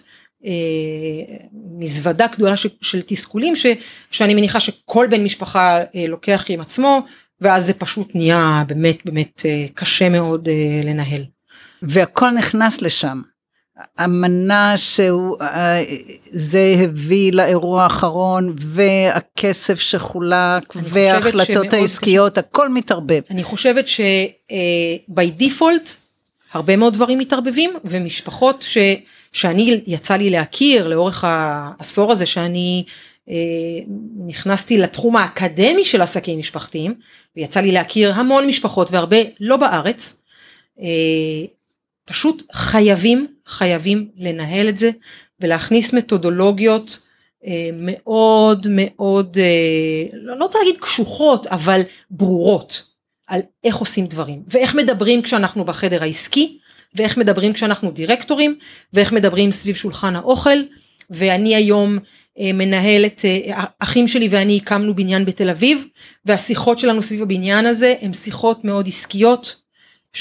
מזוודה גדולה של תסכולים, שאני מניחה שכל בן משפחה לוקח עם עצמו, ואז זה פשוט נהיה באמת באמת קשה מאוד לנהל. והכל נכנס לשם. המנה שזה הביא לאירוע האחרון, והכסף שחולק, וההחלטות העסקיות, הכל מתערבב. אני חושבת שבי דיפולט, הרבה מאוד דברים מתערבבים, ומשפחות ש... שאני יצא לי להכיר לאורך העשור הזה שאני אה, נכנסתי לתחום האקדמי של עסקים משפחתיים, ויצא לי להכיר המון משפחות והרבה לא בארץ, אה, פשוט חייבים, חייבים לנהל את זה, ולהכניס מתודולוגיות אה, מאוד מאוד, אה, לא, לא רוצה להגיד קשוחות, אבל ברורות, על איך עושים דברים, ואיך מדברים כשאנחנו בחדר העסקי, ואיך מדברים כשאנחנו דירקטורים, ואיך מדברים סביב שולחן האוכל, ואני היום מנהלת, אחים שלי ואני הקמנו בניין בתל אביב, והשיחות שלנו סביב הבניין הזה, הן שיחות מאוד עסקיות,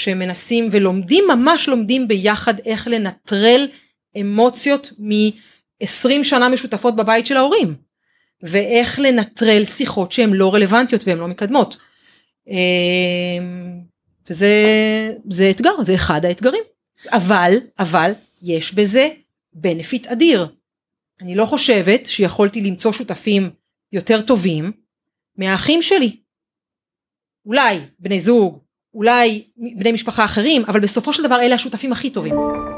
שמנסים ולומדים, ממש לומדים ביחד, איך לנטרל אמוציות עשרים שנה משותפות בבית של ההורים, ואיך לנטרל שיחות שהן לא רלוונטיות והן לא מקדמות. וזה זה אתגר, זה אחד האתגרים. אבל, אבל, יש בזה בנפיט אדיר. אני לא חושבת שיכולתי למצוא שותפים יותר טובים מהאחים שלי. אולי בני זוג, אולי בני משפחה אחרים, אבל בסופו של דבר אלה השותפים הכי טובים.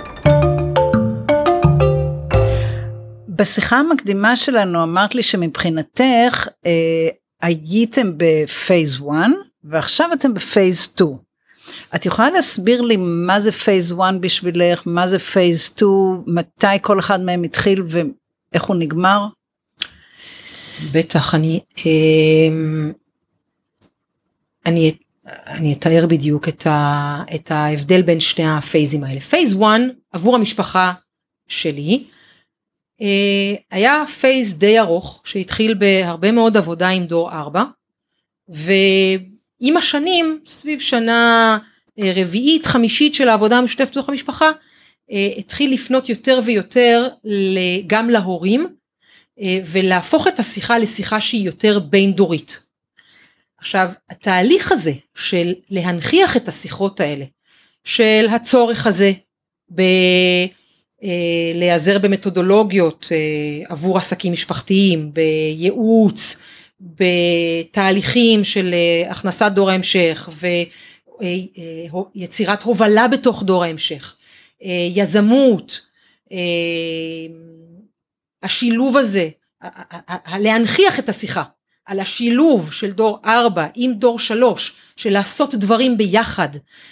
בשיחה המקדימה שלנו אמרת לי שמבחינתך אה, הייתם בפייז אחת ועכשיו אתם בפייז שתיים. את יכולה להסביר לי מה זה פייז אחת בשבילך, מה זה פייז שתיים, מתי כל אחד מהם התחיל ואיך הוא נגמר? בטח, אני, אה, אני, אני אתאר בדיוק את, ה, את ההבדל בין שני הפייזים האלה. פייז אחת עבור המשפחה שלי, היה פייז די ארוך שהתחיל בהרבה מאוד עבודה עם דור ארבע, ועם השנים סביב שנה רביעית חמישית של העבודה המשותפת בתוך המשפחה התחיל לפנות יותר ויותר גם להורים ולהפוך את השיחה לשיחה שהיא יותר בין דורית. עכשיו התהליך הזה של להנכיח את השיחות האלה של הצורך הזה ב להיעזר במתודולוגיות עבור עסקים משפחתיים, בייעוץ, בתהליכים של הכנסת דור ההמשך ויצירת הובלה בתוך דור ההמשך, יזמות, השילוב הזה, להנכיח את השיחה על השילוב של דור ארבע עם דור שלוש, של לעשות דברים ביחד,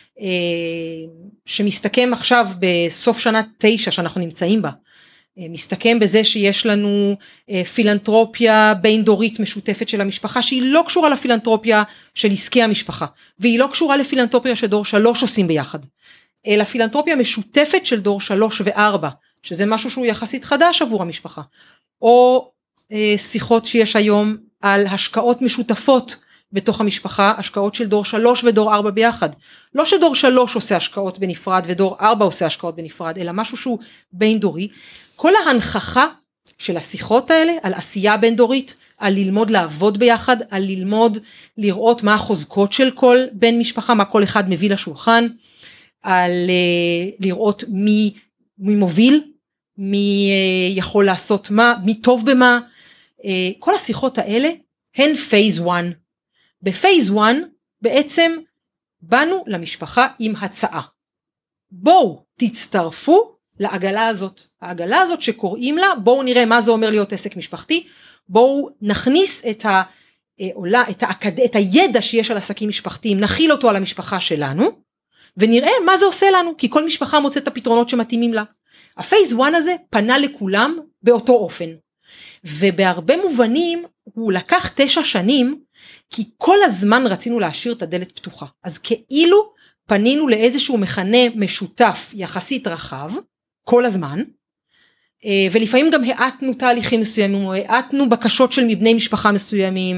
שמסתכם עכשיו בסוף שנה תשע שאנחנו נמצאים בה, מסתכם בזה שיש לנו פילנטרופיה בין דורית משותפת של המשפחה, שהיא לא קשורה לפילנטרופיה של עסקי המשפחה, והיא לא קשורה לפילנטרופיה שדור שלוש עושים ביחד, אלא פילנטרופיה משותפת של דור שלוש וארבע, שזה משהו שהוא יחסית חדש עבור המשפחה, או שיחות שיש היום על השקעות משותפות, בתוך המשפחה, השקעות של דור שלוש ודור ארבע ביחד. לא שדור שלוש עושה השקעות בנפרד ודור ארבע עושה השקעות בנפרד, אלא משהו שהוא בין דורי. כל ההנכחה של השיחות האלה על עשייה בין דורית, על ללמוד לעבוד ביחד, על ללמוד לראות מה החוזקות של כל בן משפחה, מה כל אחד מביא לשולחן, על uh, לראות מי, מי מוביל, מי uh, יכול לעשות מה, מי טוב במה. Uh, כל השיחות האלה הן פייז אחת. בפייז אחת בעצם באנו למשפחה עם הצעה. בואו תצטרפו לעגלה הזאת. העגלה הזאת שקוראים לה, בואו נראה מה זה אומר להיות עסק משפחתי, בואו נכניס את, ה, את, האקד, את הידע שיש על עסקים משפחתיים, נכיל אותו על המשפחה שלנו, ונראה מה זה עושה לנו, כי כל משפחה מוצאת את הפתרונות שמתאימים לה. הפייז אחת הזה פנה לכולם באותו אופן. ובהרבה מובנים הוא לקח תשע שנים, כי כל הזמן רצינו להשאיר את הדלת פתוחה. אז כאילו פנינו לאיזשהו מכנה משותף יחסית רחב, כל הזמן, ולפעמים גם העתנו תהליכים מסוימים, או העתנו בקשות של מבני משפחה מסוימים,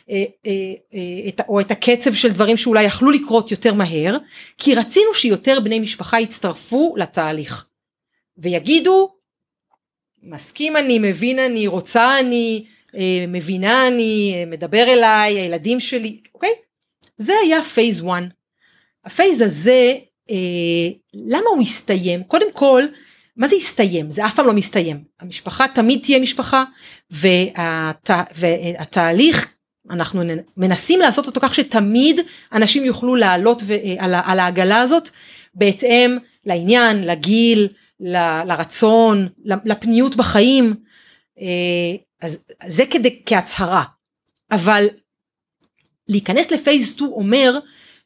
או את הקצב של דברים שאולי יכלו לקרות יותר מהר, כי רצינו שיותר בני משפחה יצטרפו לתהליך, ויגידו, מסכים אני, מבין אני, רוצה אני, מבינה אני, מדבר אליי, הילדים שלי, אוקיי? זה היה פייז אחת. הפייז הזה, למה הוא הסתיים? קודם כל, מה זה הסתיים? זה אף פעם לא מסתיים. המשפחה תמיד תהיה משפחה, והתה, והתהליך, אנחנו מנסים לעשות אותו כך שתמיד אנשים יוכלו לעלות על, על העגלה הזאת, בהתאם לעניין, לגיל, ל, לרצון, לפניות בחיים, אז זה כדי, כהצהרה, אבל להיכנס לפייז שתיים אומר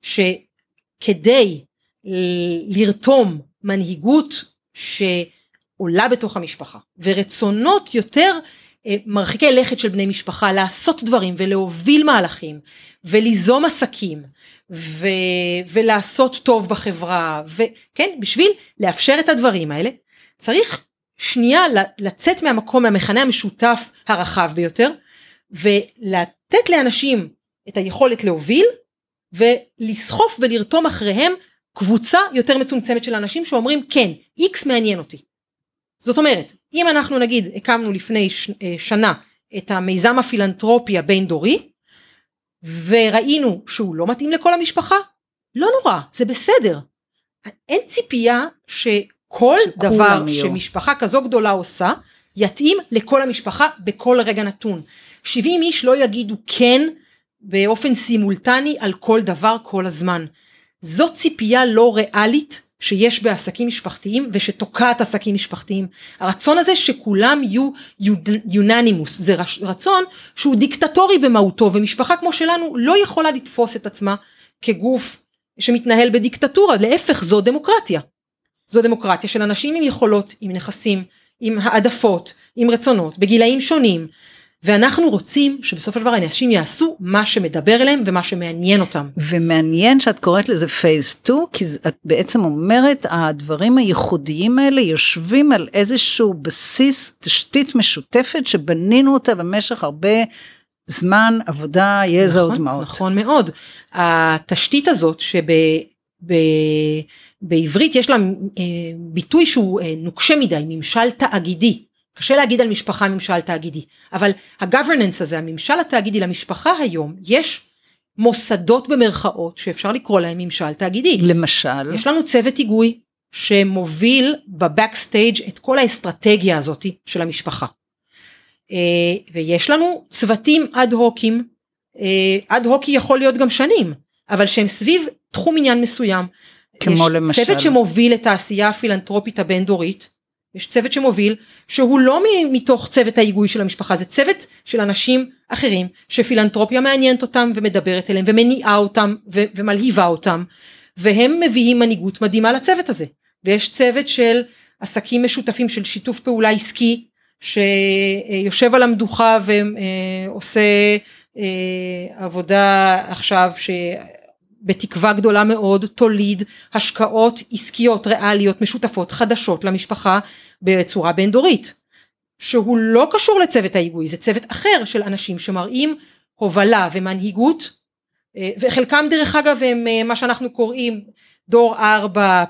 שכדי לרתום מנהיגות שעולה בתוך המשפחה, ורצונות יותר מרחיקי לכת של בני משפחה, לעשות דברים ולהוביל מהלכים, וליזום עסקים, ו... ולעשות טוב בחברה, וכן, בשביל לאפשר את הדברים האלה, צריך שנייה לצאת מהמקום, מהמכנה המשותף הרחב ביותר, ולתת לאנשים את היכולת להוביל, ולסחוף ולרתום אחריהם קבוצה יותר מצומצמת של אנשים שאומרים, כן, X מעניין אותי. זאת אומרת, אם אנחנו נגיד, הקמנו לפני ש, שנה את המיזם הפילנטרופי הבין דורי, וראינו שהוא לא מתאים לכל המשפחה, לא נורא, זה בסדר. אין ציפייה שכל דבר שמשפחה כזו גדולה עושה, יתאים לכל המשפחה בכל רגע נתון. שבעים איש לא יגידו כן באופן סימולטני על כל דבר כל הזמן. זו ציפייה לא ריאלית שיש בעסקים משפחתיים ושתוקעת עסקים משפחתיים. הרצון הזה שכולם יהיו יוננימוס, זה רצון שהוא דיקטטורי במהותו, ומשפחה כמו שלנו לא יכולה לתפוס את עצמה כגוף שמתנהל בדיקטטורה, להפך זו דמוקרטיה. זו דמוקרטיה של אנשים עם יכולות, עם נכסים, עם העדפות, עם רצונות, בגילאים שונים, ואנחנו רוצים שבסוף הדבר האנשים יעשו מה שמדבר אליהם ומה שמעניין אותם. ומעניין שאת קוראת לזה פייז שתיים, כי את בעצם אומרת, הדברים הייחודיים האלה יושבים על איזשהו בסיס, תשתית משותפת, שבנינו אותה במשך הרבה זמן, עבודה, יזע נכון, ודמעות. נכון מאוד. התשתית הזאת שבעברית יש לה ביטוי שהוא נוקשה מדי, ממשל תאגידי. קשה להגיד על משפחה ממשל תאגידי, אבל הגוורננס הזה, הממשל התאגידי למשפחה היום, יש מוסדות במרכאות שאפשר לקרוא להם ממשל תאגידי. למשל? יש לנו צוות היגוי שמוביל בבקסטייג' את כל האסטרטגיה הזאת של המשפחה. ויש לנו צוותים אד הוקים, אד הוקי יכול להיות גם שנים, אבל שהם סביב תחום עניין מסוים. כמו יש למשל. צוות שמוביל את העשייה הפילנטרופית הבין דורית, יש צוות שמוביל, שהוא לא מתוך צוות ההיגוי של המשפחה, זה צוות של אנשים אחרים, שפילנטרופיה מעניינת אותם ומדברת אליהם, ומניעה אותם ו- ומלהיבה אותם, והם מביאים מנהיגות מדהימה לצוות הזה. ויש צוות של עסקים משותפים של שיתוף פעולה עסקי, שיושב על המדוכה ועושה עבודה עכשיו ש... בתקווה גדולה מאוד תוליד השקעות עסקיות ריאליות משותפות חדשות למשפחה בצורה בין דורית, שהוא לא קשור לצוות ההיגוי, זה צוות אחר של אנשים שמראים הובלה ומנהיגות, וחלקם דרך אגב הם מה שאנחנו קוראים דור ארבע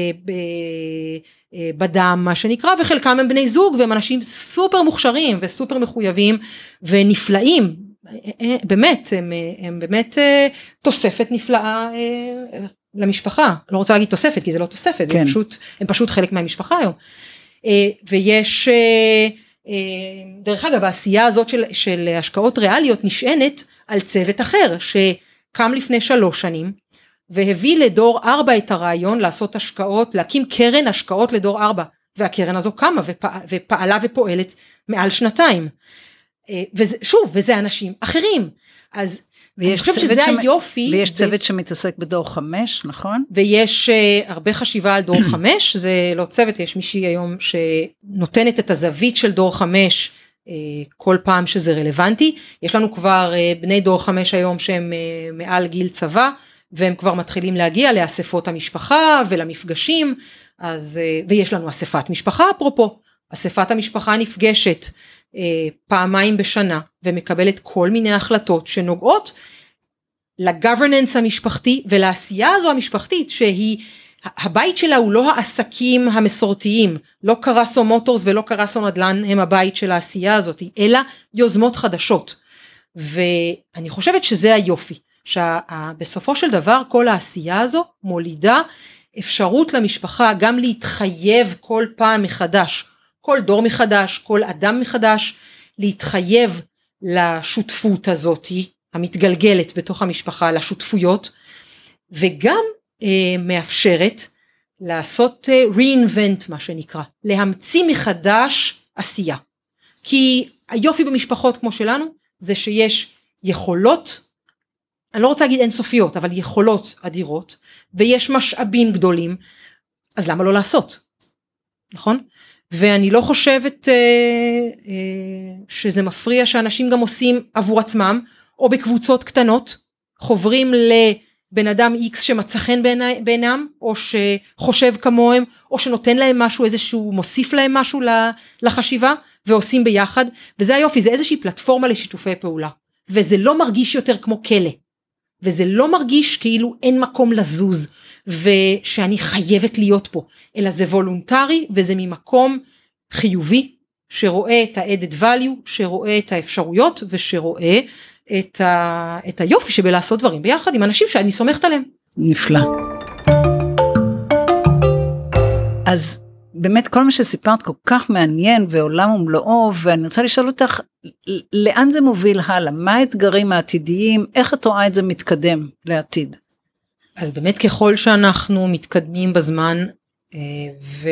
בדם מה שנקרא, וחלקם הם בני זוג והם אנשים סופר מוכשרים וסופר מחויבים ונפלאים, באמת, הם, הם באמת תוספת נפלאה למשפחה, לא רוצה להגיד תוספת כי זה לא תוספת, כן. זה פשוט, הם פשוט חלק מהמשפחה היום, ויש, דרך אגב העשייה הזאת של, של השקעות ריאליות נשענת על צוות אחר, שקם לפני שלוש שנים, והביא לדור ארבע את הרעיון לעשות השקעות, להקים קרן השקעות לדור ארבע, והקרן הזו קמה ופע, ופעלה ופועלת מעל שנתיים, ושוב, וזה אנשים אחרים, אז אני חושבת שזה שמ... היופי. ויש צוות ב... שמתעסק בדור חמש, נכון? ויש uh, הרבה חשיבה על דור חמש, זה לא צוות, יש מישהי היום שנותנת את הזווית של דור חמש, uh, כל פעם שזה רלוונטי, יש לנו כבר uh, בני דור חמש היום שהם uh, מעל גיל צבא, והם כבר מתחילים להגיע לאספות המשפחה ולמפגשים, אז, uh, ויש לנו אספת משפחה אפרופו, אספת המשפחה נפגשת, פעמיים בשנה ומקבלת כל מיני החלטות שנוגעות לגוורננס המשפחתי ולעשייה הזו המשפחתית שהיא הבית שלה הוא לא העסקים המסורתיים, לא קרסו מוטורס ולא קרסו נדל"ן הם הבית של העשייה הזאת, אלא יוזמות חדשות, ואני חושבת שזה היופי, שבסופו של דבר כל העשייה הזו מולידה אפשרות למשפחה גם להתחייב כל פעם מחדש, כל דור מחדש, כל אדם מחדש, להתחייב לשותפות הזאת, המתגלגלת בתוך המשפחה, לשותפויות, וגם אה, מאפשרת לעשות אה, reinvent מה שנקרא, להמציא מחדש עשייה. כי היופי במשפחות כמו שלנו, זה שיש יכולות, אני לא רוצה להגיד אינסופיות, אבל יכולות אדירות, ויש משאבים גדולים, אז למה לא לעשות? נכון? ואני לא חושבת אה, אה, שזה מפריע שאנשים גם עושים עבור עצמם, או בקבוצות קטנות, חוברים לבן אדם X שמצא חן בעינם, או שחושב כמוהם, או שנותן להם משהו, איזשהו, מוסיף להם משהו לחשיבה, ועושים ביחד, וזה היופי, זה איזושהי פלטפורמה לשיתופי פעולה, וזה לא מרגיש יותר כמו כלא, וזה לא מרגיש כאילו אין מקום לזוז, ושאני חייבת להיות פה, אלא זה וולונטרי, וזה ממקום חיובי, שרואה את ה-added value, שרואה את האפשרויות, ושרואה את, ה, את היופי שבלעשות דברים ביחד עם אנשים שאני סומכת עליהם. נפלא. אז באמת כל מה שסיפרת כל כך מעניין ועולם ומלואו, ואני רוצה לשאול אותך, לאן זה מוביל הלאה? מה האתגרים העתידיים? איך את רואה את זה מתקדם לעתיד? אז באמת ככל שאנחנו מתקדמים בזמן, ו...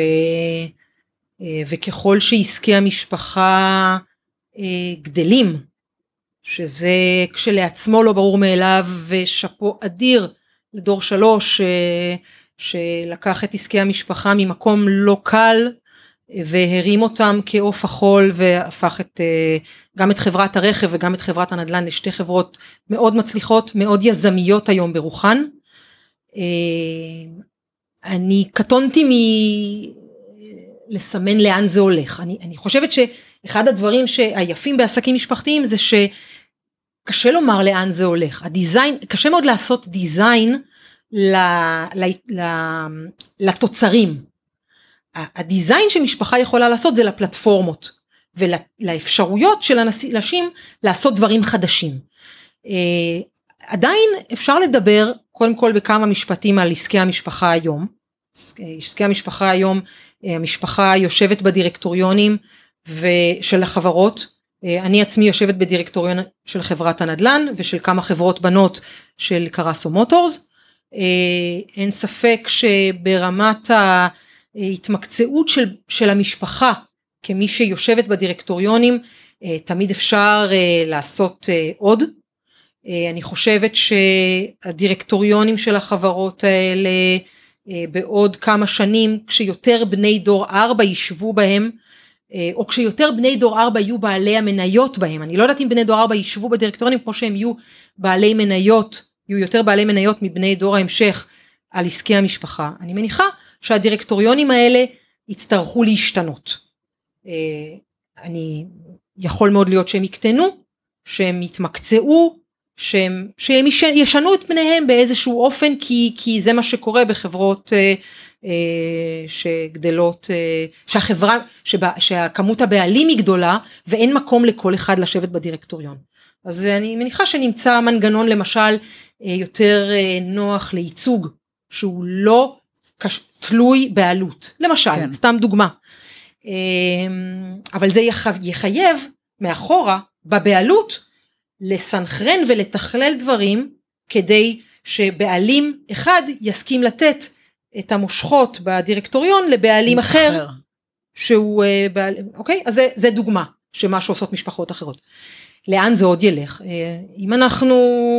וככל שעסקי המשפחה גדלים, שזה כשלעצמו לא ברור מאליו, ושפו אדיר לדור שלוש, שלקח את עסקי המשפחה ממקום לא קל, והרים אותם כאוף החול, והפך את, גם את חברת הרכב וגם את חברת הנדל"ן לשתי חברות מאוד מצליחות, מאוד יזמיות היום ברוחן. אני קטונתי מ... לסמן לאן זה הולך. אני, אני חושבת שאחד הדברים שהיפים בעסקים משפחתיים זה שקשה לומר לאן זה הולך. הדיזיין, קשה מאוד לעשות דיזיין ל, ל, ל, לתוצרים. הדיזיין שמשפחה יכולה לעשות זה לפלטפורמות ולאפשרויות של אנשים לעשות דברים חדשים. עדיין אפשר לדבר קודם כל בכמה משפטים על עסקי המשפחה היום. עסקי המשפחה היום, המשפחה יושבת בדירקטוריונים של החברות, אני עצמי יושבת בדירקטוריון של חברת הנדל"ן ושל כמה חברות בנות של קרסו מוטורס. אין ספק שברמת ההתמקצעות של, של המשפחה כמי שיושבת בדירקטוריונים תמיד אפשר לעשות עוד. אני חושבת שהדירקטוריונים של החברות האלה בעוד כמה שנים כשיותר בני דור ארבע ישבו בהם, או כשיותר בני דור ארבע יהיו בעלי המניות בהם, אני לא יודעת אם בני דור ארבע ישבו בדירקטוריונים כמו שהם יהיו בעלי מניות, יהיו יותר בעלי מניות מבני דור ההמשך על עסקי המשפחה, אני מניחה שהדירקטוריונים האלה יצטרכו להשתנות. אני יכול מאוד להיות שהם יקטנו, שהם יתמקצעו, שהם, שהם ישנו את פניהם באיזשהו אופן, כי, כי זה מה שקורה בחברות אה, אה, שגדלות, אה, שהחברה, שבה, שהכמות הבעלים היא גדולה, ואין מקום לכל אחד לשבת בדירקטוריון. אז אני מניחה שנמצא מנגנון למשל אה, יותר אה, נוח לייצוג, שהוא לא קש, תלוי בעלות. למשל, כן. סתם דוגמה. אה, אבל זה יח, יחייב מאחורה בבעלות, לסנכרן ולתכלל דברים, כדי שבעלים אחד יסכים לתת את המושכות בדירקטוריון לבעלים אחר, אחר, שהוא בעל, אוקיי? אז זה, זה דוגמה, שמה שעושות משפחות אחרות. לאן זה עוד ילך? אם אנחנו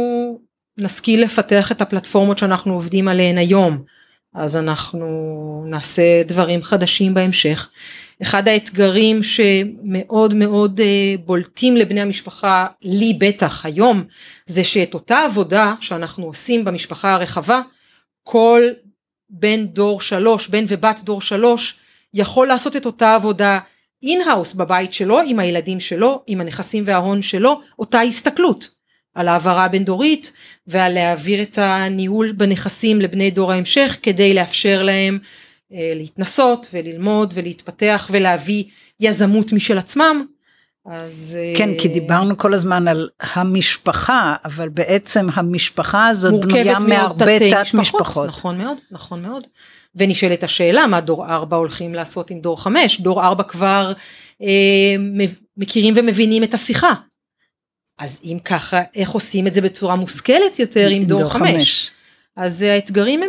נשכיל לפתח את הפלטפורמות שאנחנו עובדים עליהן היום, אז אנחנו נעשה דברים חדשים בהמשך. אחד האתגרים שמאוד מאוד בולטים לבני המשפחה, לי בטח היום, זה שאת אותה עבודה שאנחנו עושים במשפחה הרחבה, כל בן דור שלוש, בן ובת דור שלוש, יכול לעשות את אותה עבודה אין-האוס בבית שלו, עם הילדים שלו, עם הנכסים וההון שלו, אותה הסתכלות על העברה בין דורית, ועל להעביר את הניהול בנכסים לבני דור ההמשך, כדי לאפשר להם להתנסות וללמוד ולהתפתח ולהביא יזמות משל עצמם. אז כן, כי דיברנו כל הזמן על המשפחה, אבל בעצם המשפחה הזאת בנויה מהרבה תת משפחות. נכון מאוד, נכון מאוד. ונשאלת השאלה, מה דור ארבע הולכים לעשות עם דור חמש? דור ארבע כבר אה, מכירים ומבינים את השיחה. אז אם ככה, איך עושים את זה בצורה מושכלת יותר עם דור, דור חמש? חמש? אז האתגרים הם...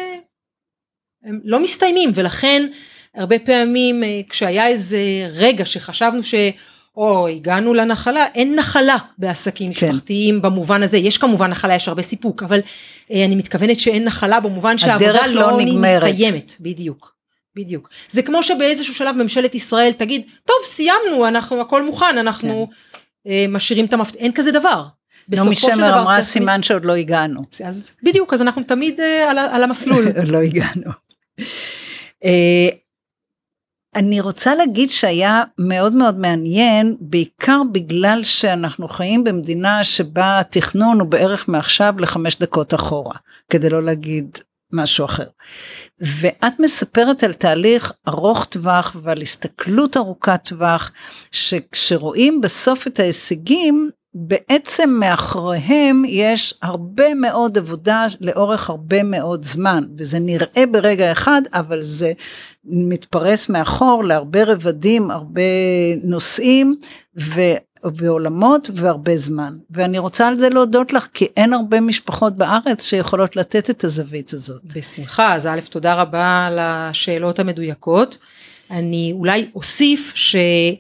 הם לא מסתיימים, ולכן הרבה פעמים כשהיה איזה רגע שחשבנו שאו הגענו לנחלה, אין נחלה בעסקים כן. משפחתיים במובן הזה, יש כמובן נחלה, יש הרבה סיפוק, אבל אני מתכוונת שאין נחלה במובן שהעבודה לא, לא מסתיימת, בדיוק, בדיוק. זה כמו שבאיזשהו שלב ממשלת ישראל תגיד, טוב סיימנו, אנחנו הכל מוכן, אנחנו כן. משאירים את המפתח, אין כזה דבר. נעמי שמר אמרה סימן שעוד לא הגענו. אז בדיוק, אז אנחנו תמיד על, על המסלול. עוד לא הגענו. אני רוצה להגיד שהיה מאוד מאוד מעניין, בעיקר בגלל שאנחנו חיים במדינה שבה התכנון הוא בערך מעכשיו לחמש דקות אחורה, כדי לא להגיד משהו אחר. ואת מספרת על תהליך ארוך טווח ועל הסתכלות ארוכת טווח, שכשרואים בסוף את ההישגים, בעצם מאחוריהם יש הרבה מאוד עבודה לאורך הרבה מאוד זמן, וזה נראה ברגע אחד, אבל זה מתפרס מאחור להרבה רבדים, הרבה נושאים, ו... ועולמות והרבה זמן. ואני רוצה על זה להודות לך, כי אין הרבה משפחות בארץ שיכולות לתת את הזווית הזאת. בשמחה, אז א', תודה רבה על השאלות המדויקות. אני אולי אוסיף שאין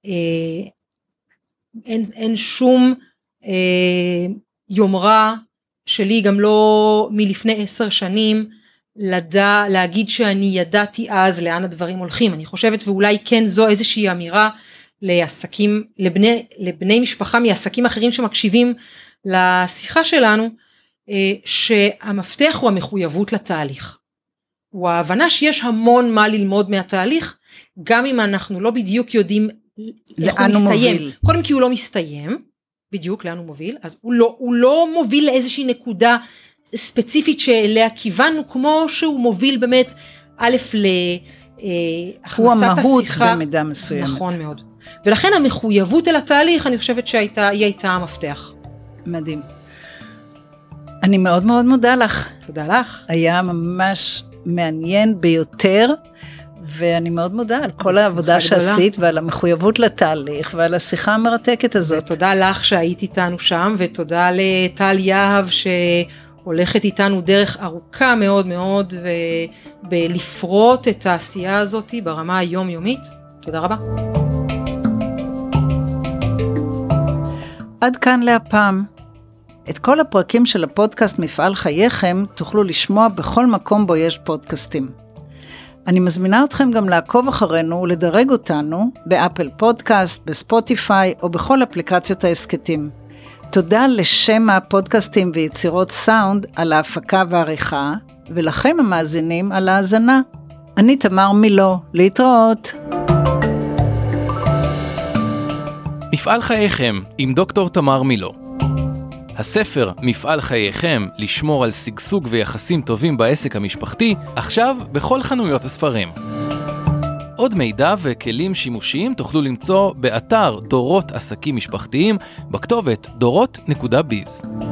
אין שום אה, יומרה שלי, גם לא מלפני עשר שנים, לדע, להגיד שאני ידעתי אז לאן הדברים הולכים. אני חושבת, ואולי כן זו איזושהי אמירה, לעסקים, לבני, לבני משפחה מעסקים אחרים שמקשיבים לשיחה שלנו, שהמפתח הוא המחויבות לתהליך. הוא ההבנה שיש המון מה ללמוד מהתהליך, גם אם אנחנו לא בדיוק יודעים איך הוא מסתיים. מוביל. קודם כי הוא לא מסתיים, בדיוק לאן הוא מוביל, אז הוא לא, הוא לא מוביל לאיזושהי נקודה ספציפית שאליה כיוונו, כמו שהוא מוביל באמת, א' להכנסת הוא המהות השיחה. במידה מסוימת. נכון מאוד. ולכן המחויבות אל התהליך, אני חושבת שהייתה, היא הייתה המפתח. מדהים. אני מאוד מאוד מודה לך. תודה לך. היה ממש מעניין ביותר, ואני מאוד מודה על כל העבודה שעשית, ועל המחויבות לתהליך, ועל השיחה המרתקת הזאת. ותודה לך שהיית איתנו שם, ותודה לטל יהב שהולכת איתנו דרך ארוכה מאוד מאוד, ובלפרוט את העשייה הזאת ברמה היומיומית. תודה רבה. עד כאן להפעם. את כל הפרקים של הפודקאסט מפעל חייכם תוכלו לשמוע בכל מקום בו יש פודקאסטים. אני מזמינה אתכם גם לעקוב אחרינו ולדרג אותנו באפל פודקאסט, בספוטיפיי או בכל אפליקציות העסקתים. תודה לשם הפודקאסטים ויצירות סאונד על ההפקה והעריכה, ולכם המאזינים על ההאזנה. אני תמר מילו, להתראות. מפעל חייכם עם דוקטור תמר מילו. הספר מפעל חייכם, לשמור על שגשוג ויחסים טובים בעסק המשפחתי, עכשיו בכל חנויות הספרים. עוד מידע וכלים שימושיים תוכלו למצוא באתר דורות עסקים משפחתיים, בכתובת דורות נקודה ביז.